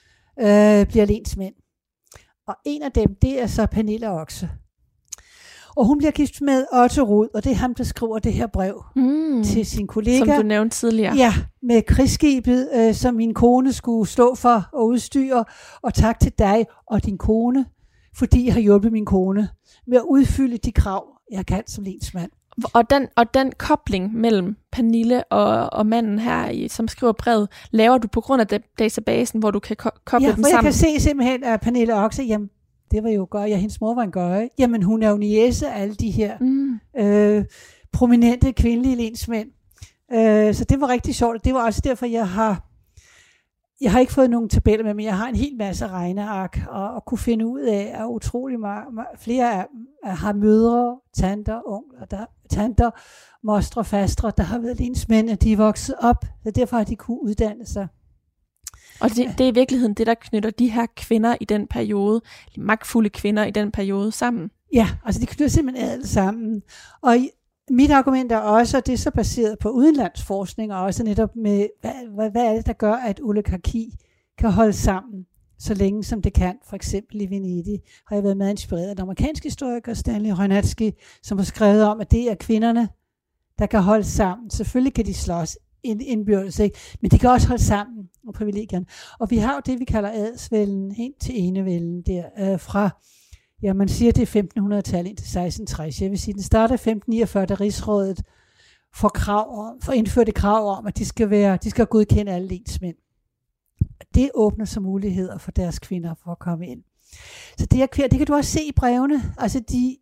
øh, bliver lensmænd. Og en af dem, det er så Pernille Oxe. Og hun bliver gift med Otto Rud, og det er ham, der skriver det her brev mm. til sin kollega. Som du nævnte tidligere. Ja, med krigsskibet, øh, som min kone skulle stå for og udstyre. Og tak til dig og din kone, fordi jeg har hjulpet min kone med at udfylde de krav, jeg kan som lensmand. Og den, og den kobling mellem Pernille og, og manden her, i, som skriver brevet, laver du på grund af databasen, hvor du kan ko- koble ja, dem sammen? Ja, sammen? jeg kan se simpelthen, at Pernille Oxe, jamen, det var jo Gøje, ja, hendes mor var en Gøje. Jamen, hun er jo niece af alle de her mm. øh, prominente kvindelige lensmænd. Øh, så det var rigtig sjovt, det var også derfor, jeg har, jeg har ikke fået nogen tabeller med, men jeg har en hel masse regneark, og, og kunne finde ud af, at utrolig meget, flere af dem har mødre, tanter, onkler, der, tanter, mostre, fastre, der har været lensmænd, og de er vokset op, så derfor har de kunne uddanne sig. Og det, det er i virkeligheden det, der knytter de her kvinder i den periode, de magtfulde kvinder i den periode sammen. Ja, altså de knytter simpelthen alle sammen. Og mit argument er også, og det er så baseret på udenlandsforskning, og også netop med, hvad, hvad, hvad er det, der gør, at oligarki kan holde sammen, så længe som det kan. For eksempel i Venedig har jeg været meget inspireret af den amerikanske historiker Stanley Hranatsky, som har skrevet om, at det er kvinderne, der kan holde sammen. Selvfølgelig kan de slås indbyrdes, ikke? Men de kan også holde sammen og privilegierne. Og vi har jo det, vi kalder adelsvælden, helt til enevælden der, øh, fra, ja, man siger, det er femten hundrede-tallet ind til seksten tres. Jeg vil sige, den starter femten niogfyrre, da Rigsrådet får, krav om, får indført et krav om, at de skal, være, de skal godkende alle lensmænd. Det åbner så muligheder for deres kvinder for at komme ind. Så det, er, det kan du også se i brevene. Altså, de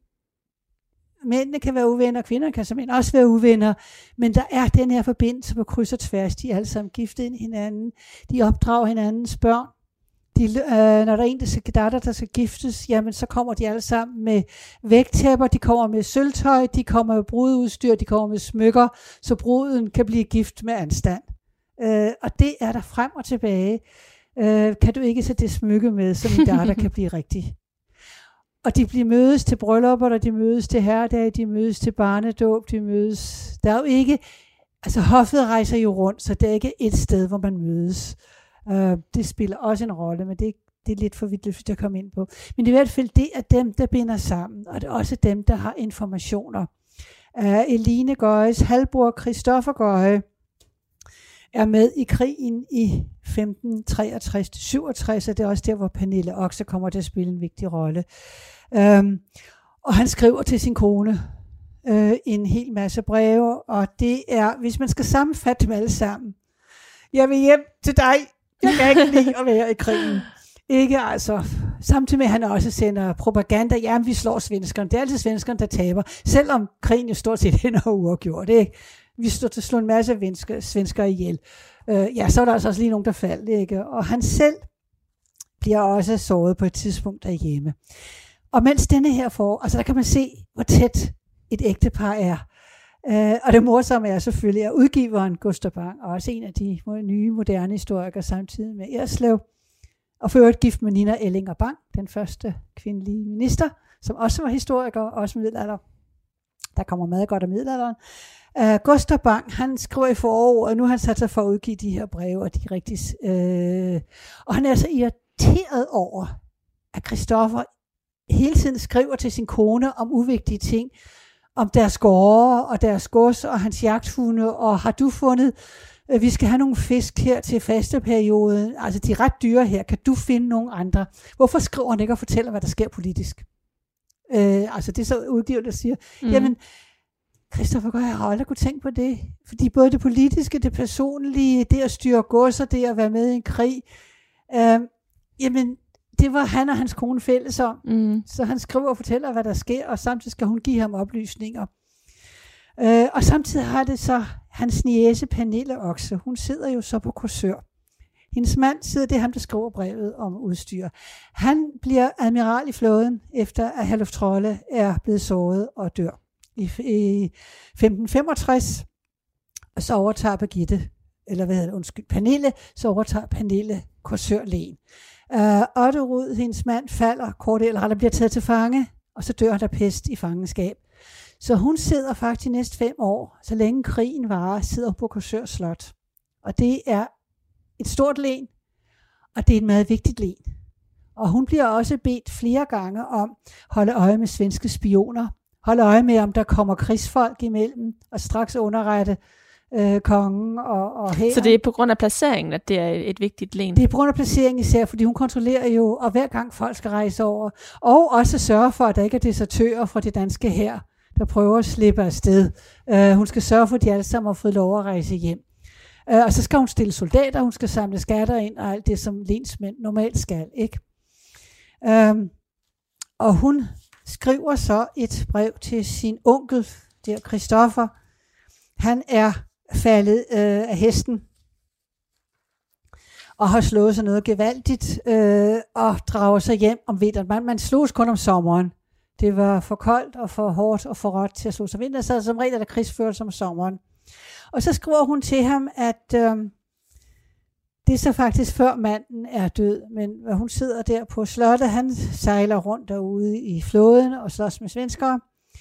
mændene kan være uvenner, kvinder kan som også være uvenner, men der er den her forbindelse på kryds og tværs. De er alle sammen giftet ind i hinanden. De opdrager hinandens børn. De, øh, når der er en, der skal, der, der skal giftes, jamen så kommer de alle sammen med vægtæpper, de kommer med sølvtøj, de kommer med brudeudstyr, de kommer med smykker, så bruden kan blive gift med anstand. Øh, og det er der frem og tilbage. Øh, kan du ikke sætte det smykke med, så min datter kan blive rigtig. Og de bliver mødes til bryllupper, og de mødes til herredage, de mødes til barnedåb, de mødes. Der er jo ikke, altså hoffet rejser jo rundt, så det er ikke et sted, hvor man mødes. Uh, det spiller også en rolle, men det, det er lidt for vidt, hvis jeg kommer ind på. Men i hvert fald, det er dem, der binder sammen, og det er også dem, der har informationer. Uh, Eline Gøjes halvbror Christoffer Gøje er med i krigen i femten treogtres til syvogtres, og det er også der, hvor Pernille Oxe kommer til at spille en vigtig rolle. Um, og han skriver til sin kone uh, en hel masse breve, og det er, hvis man skal sammenfatte dem alle sammen, jeg vil hjem til dig, jeg kan ikke lide at være i krigen. Ikke altså, samtidig med at han også sender propaganda, jamen vi slår svenskerne, det er altid svenskerne, der taber, selvom krigen jo stort set ender uafgjort, ikke? Vi stod til at slå en masse svensker, svensker ihjel. Uh, ja, så var der altså også lige nogen, der faldt, ikke? Og han selv bliver også såret på et tidspunkt derhjemme. Og mens denne her får, altså der kan man se, hvor tæt et ægtepar er. Uh, og det morsomme er selvfølgelig, at udgiveren Gustav Bang, og også en af de nye moderne historikere samtidig med Erslev, og for øvrigt gift med Nina Ellinger Bang, den første kvindelige minister, som også var historiker, og også middelalder. Der kommer meget godt af middelalderen. Uh, Gustav Bang, han skriver i forordet, og nu har han sat sig for at udgive de her breve, og de er rigtig, uh, og han er så irriteret over, at Christoffer hele tiden skriver til sin kone om uvigtige ting, om deres gårde og deres gods og hans jagthunde, og har du fundet, øh, vi skal have nogle fisk her til fasteperioden, altså de er ret dyre her, kan du finde nogle andre? Hvorfor skriver han ikke og fortæller, hvad der sker politisk? Øh, altså det er så udgivet, der siger, mm. jamen, Christoffer, jeg har aldrig kunne tænke på det, fordi både det politiske, det personlige, det at styre godser, det at være med i en krig, øh, jamen, det var han og hans kone fælles om. Mm. Så han skriver og fortæller, hvad der sker, og samtidig skal hun give ham oplysninger. Øh, og samtidig har det så hans niece Pernille Oxe. Hun sidder jo så på Korsør. Hendes mand sidder, det er ham, der skriver brevet om udstyr. Han bliver admiral i flåden, efter at Herluf Trolle er blevet såret og dør. I, i femten femogtres, og så overtager Birgitte, eller hvad hedder det, undskyld, Pernille, så overtager Pernille Korsør-len. Uh, Otterud, hendes mand, falder kort eller rettere bliver taget til fange, og så dør han af pest i fangenskab. Så hun sidder faktisk næste fem år, så længe krigen varer, sidder på Korsør Slot. Og det er et stort len, og det er et meget vigtigt len. Og hun bliver også bedt flere gange om at holde øje med svenske spioner, holde øje med, om der kommer krigsfolk imellem, og straks underrette Øh, kongen og, og hæren. Så det er på grund af placeringen, at det er et vigtigt len? Det er på grund af placeringen især, fordi hun kontrollerer jo, og hver gang folk skal rejse over, og også sørge for, at der ikke er desertører fra det danske hær, der prøver at slippe afsted. Uh, hun skal sørge for, at de alle sammen har fået lov at rejse hjem. Uh, og så skal hun stille soldater, hun skal samle skatter ind, og alt det, som lensmænd normalt skal, ikke? Uh, og hun skriver så et brev til sin onkel, der Christoffer. Han er faldet øh, af hesten og har slået sig noget gevaldigt øh, og drager sig hjem om vinteren. Man, man slogs kun om sommeren. Det var for koldt og for hårdt og for råt til at slå sig vinteren, så som regel er der krigsførelse om sommeren. Og så skriver hun til ham, at øh, det er så faktisk før manden er død, men hun sidder der på slottet, han sejler rundt derude i flåden og slås med svenskere,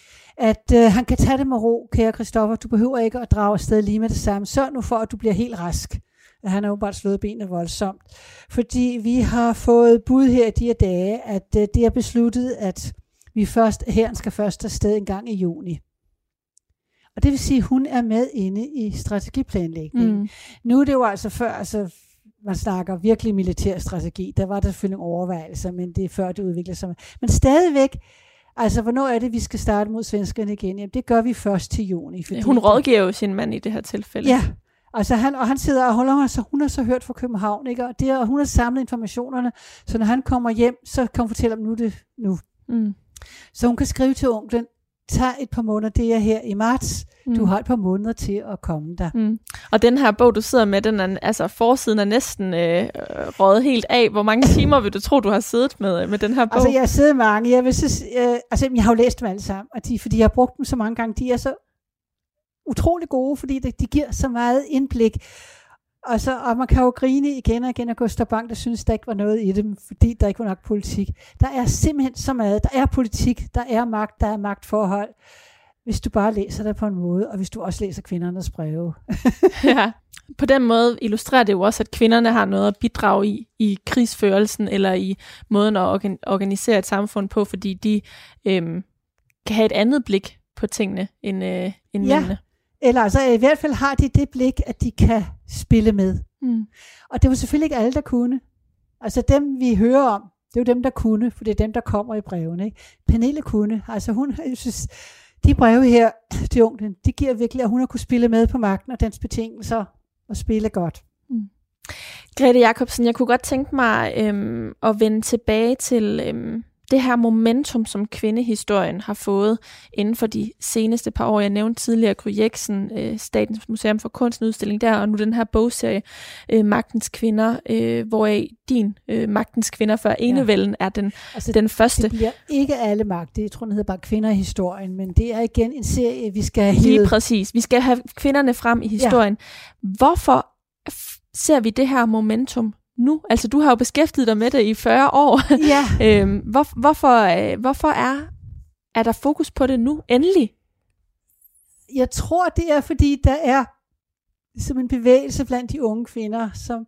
at øh, han kan tage det med ro, kære Christoffer, du behøver ikke at drage afsted lige med det samme. Sørg nu for, at du bliver helt rask. Han har jo bare slået benene voldsomt. Fordi vi har fået bud her i de her dage, at øh, det er besluttet, at vi først, herren skal først afsted en gang i juni. Og det vil sige, at hun er med inde i strategiplanlægningen. Mm. Nu er det jo altså før, altså man snakker virkelig militær strategi, der var der selvfølgelig nogle overvejelser, men det er før det udvikler sig. Men stadigvæk, altså, hvornår er det, vi skal starte mod svenskerne igen? Jamen, det gør vi først til juni. Fordi hun rådgiver jo sin mand i det her tilfælde. Ja, altså han, og han sidder og holder, så hun har så hørt fra København, ikke? Og, det, og hun har samlet informationerne, så når han kommer hjem, så kan hun fortælle om nu det nu. Mm. Så hun kan skrive til onklen, tag et par måneder, det er her i marts, mm. du har et par måneder til at komme der. Mm. Og den her bog, du sidder med, den er, altså forsiden er næsten øh, røget helt af. Hvor mange timer vil du tro, du har siddet med, med den her bog? Altså jeg har siddet mange, jeg, vil så, øh, altså, jeg har jo læst dem alle sammen, og de, fordi jeg har brugt dem så mange gange, de er så utrolig gode, fordi de, de giver så meget indblik. Og, så, og man kan jo grine igen og igen af Gustav Bang, der synes, der ikke var noget i dem, fordi der ikke var nok politik. Der er simpelthen så meget. Der er politik, der er magt, der er magtforhold. Hvis du bare læser det på en måde, og hvis du også læser kvindernes breve. Ja, på den måde illustrerer det jo også, at kvinderne har noget at bidrage i, i krigsførelsen, eller i måden at organ- organisere et samfund på, fordi de øhm, kan have et andet blik på tingene end, øh, end ja. mændene. Eller altså i hvert fald har de det blik, at de kan spille med. Mm. Og det var selvfølgelig ikke alle, der kunne. Altså dem, vi hører om, det er jo dem, der kunne, for det er dem, der kommer i brevene. Ikke? Pernille kunne. Altså hun, jeg synes, de breve her til onklen, de giver virkelig, at hun har kunne spille med på magten og dens betingelser og spille godt. Mm. Grete Jacobsen, jeg kunne godt tænke mig øhm, at vende tilbage til, øhm, det her momentum, som kvindehistorien har fået inden for de seneste par år. Jeg nævnte tidligere Gry Jexen, øh, Statens Museum for Kunst udstilling der, og nu den her bogserie, øh, Magtens Kvinder, øh, hvoraf din øh, Magtens Kvinder før enevælden ja. er den, altså, den første. Det bliver ikke alle magt, det jeg tror, den hedder bare Kvinder i historien, men det er igen en serie, vi skal have. Lige præcis. Vi skal have kvinderne frem i historien. Ja. Hvorfor ser vi det her momentum nu? Altså, du har jo beskæftiget dig med det i fyrre år. Ja. øhm, hvor, hvorfor øh, hvorfor er, er der fokus på det nu? Endelig? Jeg tror, det er, fordi der er som en bevægelse blandt de unge kvinder, som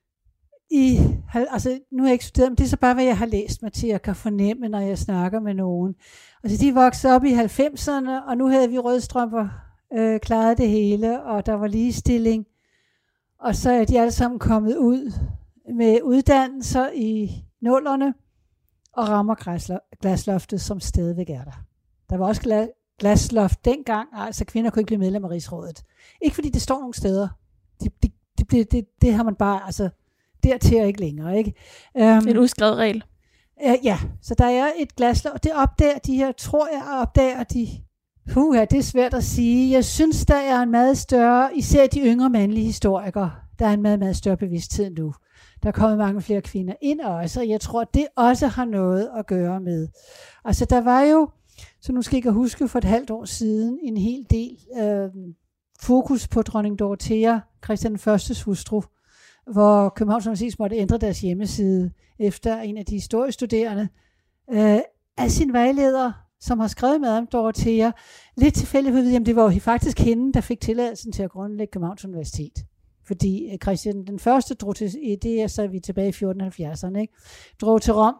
i, altså nu har jeg ikke studeret, men det er så bare, hvad jeg har læst mig til, jeg kan fornemme, når jeg snakker med nogen. Altså, de voksede op i halvfemserne, og nu havde vi rødstrømper øh, klaret det hele, og der var ligestilling. Og så er de alle sammen kommet ud med uddannelser i nullerne og rammer glasloftet, som stadigvæk er der. Der var også glasloft dengang, altså kvinder kunne ikke blive medlem af Rigsrådet. Ikke fordi det står nogle steder. Det, det, det, det, det har man bare, altså dertil er ikke længere. Ikke? Um, en udskrevet regel. Uh, ja, så der er et glasloft. Det opdager de her, tror jeg, opdager de. Puha, det er svært at sige. Jeg synes, der er en meget større, især de yngre mandlige historikere, der er en meget, meget større bevidsthed nu. Der er kommet mange flere kvinder ind også, og jeg tror, at det også har noget at gøre med. Altså, der var jo, så nu skal jeg huske, for et halvt år siden, en hel del øh, fokus på dronning Dorothea, Christian den Førstes hustru, hvor Københavns Universitet måtte ændre deres hjemmeside efter en af de historiestuderende øh, af sin vejleder, som har skrevet med om Dorothea. Lidt tilfældighed, jamen det var jo faktisk hende, der fik tilladelsen til at grundlægge Københavns Universitet. Fordi Christian den Første drog til, det er så vi tilbage i fjorten halvfjerdserne, ikke? Drog til Rom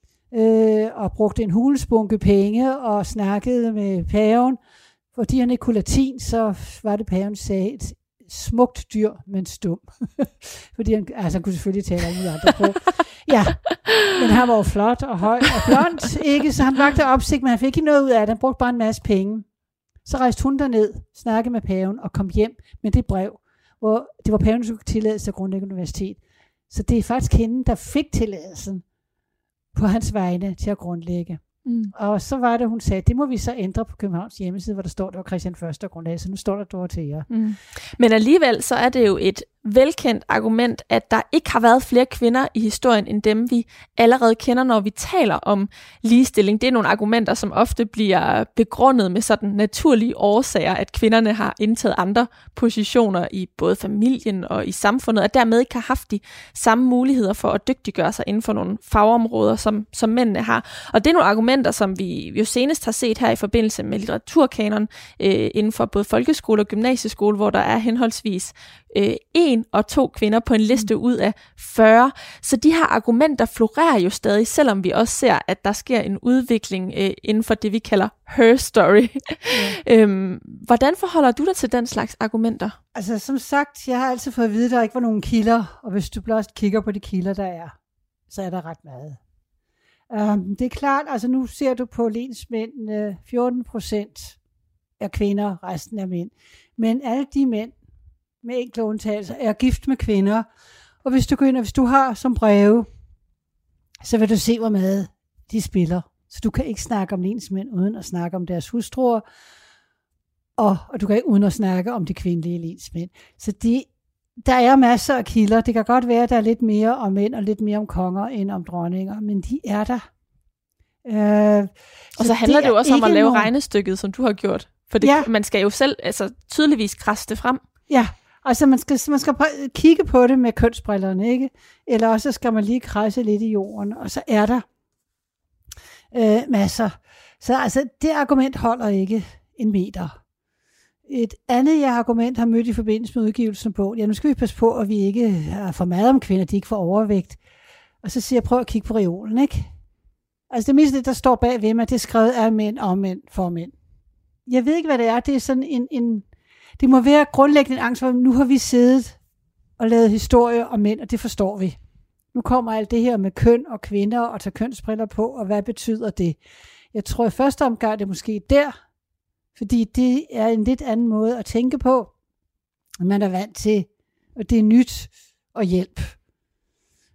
øh, og brugte en hulspunke penge og snakkede med paven. Fordi han ikke kunne latin, så var det paven sagde et smukt dyr, men stum. Fordi han, altså han kunne selvfølgelig tale alle andre på. Ja, men han var jo flot og høj og blond, ikke? Så han vagte opsigt, men han fik ikke noget ud af det. Han brugte bare en masse penge. Så rejste hun derned, snakkede med paven og kom hjem med det brev, hvor det var paven, der skulle tilladelse til at grundlægge universitet. Så det er faktisk hende, der fik tilladelsen på hans vegne til at grundlægge. Mm. Og så var det, hun sagde, det må vi så ændre på Københavns hjemmeside, hvor der står, der var Christian Første grundlag, så nu står der Dorothea. Mm. Men alligevel så er det jo et velkendt argument, at der ikke har været flere kvinder i historien, end dem vi allerede kender, når vi taler om ligestilling. Det er nogle argumenter, som ofte bliver begrundet med sådan naturlige årsager, at kvinderne har indtaget andre positioner i både familien og i samfundet, og dermed ikke har haft de samme muligheder for at dygtiggøre sig inden for nogle fagområder, som, som mændene har. Og det er nogle argumenter, som vi jo senest har set her i forbindelse med litteraturkanon øh, inden for både folkeskole og gymnasieskole, hvor der er henholdsvis øh, en og to kvinder på en liste ud af fyrre. Så de her argumenter florerer jo stadig, selvom vi også ser, at der sker en udvikling øh, inden for det, vi kalder her story. Ja. øhm, hvordan forholder du dig til den slags argumenter? Altså som sagt, jeg har altid fået at vide, at der ikke var nogen kilder, og hvis du blot kigger på de kilder, der er, så er der ret meget. Um, det er klart, altså nu ser du på lensmændene, fjorten procent er kvinder, resten er mænd. Men alle de mænd, med enkle undtagelser, er gift med kvinder. Og hvis du går ind, og hvis du har som breve, så vil du se, hvor meget de spiller. Så du kan ikke snakke om lensmænd, uden at snakke om deres hustruer. Og, og du kan ikke uden at snakke om de kvindelige lensmænd. Så de, der er masser af kilder. Det kan godt være, at der er lidt mere om mænd, og lidt mere om konger, end om dronninger. Men de er der. Øh, og så, så handler det, det jo også om at lave nogen... regnestykket, som du har gjort. For det, ja. Man skal jo selv altså, tydeligvis krasse det frem. Ja, altså man skal, man skal kigge på det med kønsbrillerne, ikke? Eller også skal man lige krasse lidt i jorden, og så er der øh, masser. Så altså, det argument holder ikke en meter. Et andet jeg argument har mødt i forbindelse med udgivelsen af bogen, ja, nu skal vi passe på, at vi ikke har for meget om kvinder, de ikke får overvægt. Og så siger jeg, prøv at kigge på reolen, ikke? Altså det meste, der står bagved mig, det er skrevet af mænd og mænd for mænd. Jeg ved ikke, hvad det er. Det er sådan en... en det må være grundlæggende en angst for, nu har vi siddet og lavet historie om mænd, og det forstår vi. Nu kommer alt det her med køn og kvinder og tage kønsbriller på, og hvad betyder det? Jeg tror i første omgang, det er måske der, fordi det er en lidt anden måde at tænke på. Man er vant til, og det er nyt og hjælp.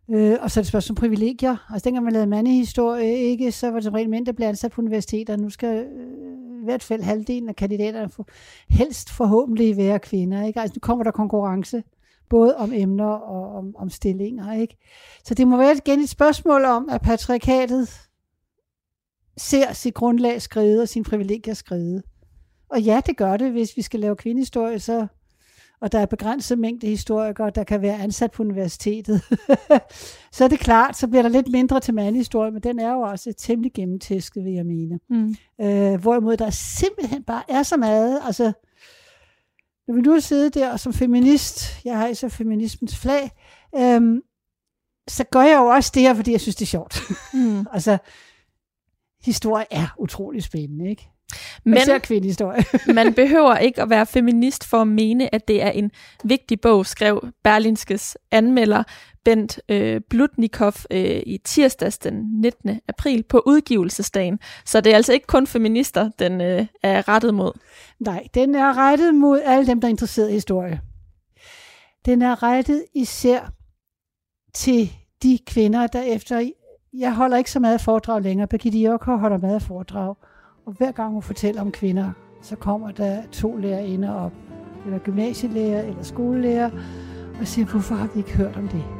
Øh, og så er det spørgsmål om privilegier. Altså dengang man lavede mandehistorie, ikke, så var det som regel mænd, der blev ansat på universiteter. Nu skal øh, i hvert fald halvdelen af kandidaterne for, helst forhåbentlig være kvinder. Ikke? Altså nu kommer der konkurrence, både om emner og om, om stillinger. Ikke? Så det må være igen et spørgsmål om, at patriarkatet ser sit grundlag skride og sine privilegier skride. Og ja, det gør det, hvis vi skal lave kvindehistorie, så, og der er begrænset mængde historikere, der kan være ansat på universitetet. Så er det klart, så bliver der lidt mindre til mandehistorie, men den er jo også temmelig gennemtæsket, vil jeg mene. Mm. Øh, hvorimod der simpelthen bare er så meget. Altså, når vi nu sidder der som feminist, jeg har især feminismens flag, øhm, så gør jeg jo også det her, fordi jeg synes, det er sjovt. Mm. Altså, historie er utrolig spændende, ikke? Men man behøver ikke at være feminist for at mene, at det er en vigtig bog, skrev Berlingskes anmelder Bent øh, Bludnikov øh, i tirsdags den nittende april på udgivelsesdagen. Så det er altså ikke kun feminister, den øh, er rettet mod. Nej, den er rettet mod alle dem, der er interesseret i historie. Den er rettet især til de kvinder, der efter... Jeg holder ikke så meget foredrag længere. Birgitte Jørker holder meget foredrag. Og hver gang hun fortæller om kvinder, så kommer der to lærerinder op, eller gymnasielærer, eller skolelærer, og siger, hvorfor har vi ikke hørt om det?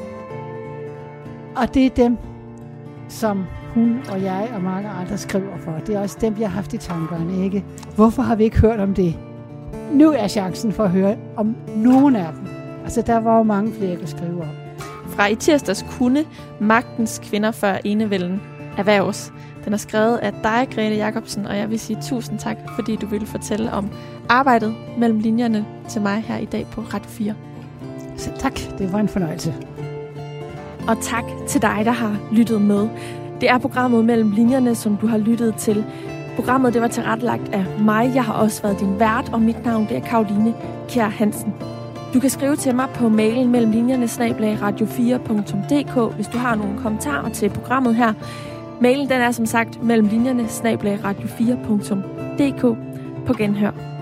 Og det er dem, som hun og jeg og mange andre skriver for. Det er også dem, jeg har haft i tankerne, ikke? Hvorfor har vi ikke hørt om det? Nu er chancen for at høre om nogen af dem. Altså, der var jo mange flere, der skrive om. Fra i tirsdags kunne Magtens kvinder før enevælden erhverves. Den er skrevet af dig, Grete Jacobsen, og jeg vil sige tusind tak, fordi du ville fortælle om arbejdet mellem linjerne til mig her i dag på Radio fire. Så tak, det var en fornøjelse. Og tak til dig, der har lyttet med. Det er programmet Mellem linjerne, som du har lyttet til. Programmet det var tilrettelagt af mig. Jeg har også været din vært, og mit navn det er Caroline Kjær Hansen. Du kan skrive til mig på mailen mellemlinjerne snabel-a radio fire punktum d k, hvis du har nogle kommentarer til programmet her. Mailen den er som sagt mellemlinjerne snabel-a radio fire punktum d k. På genhør.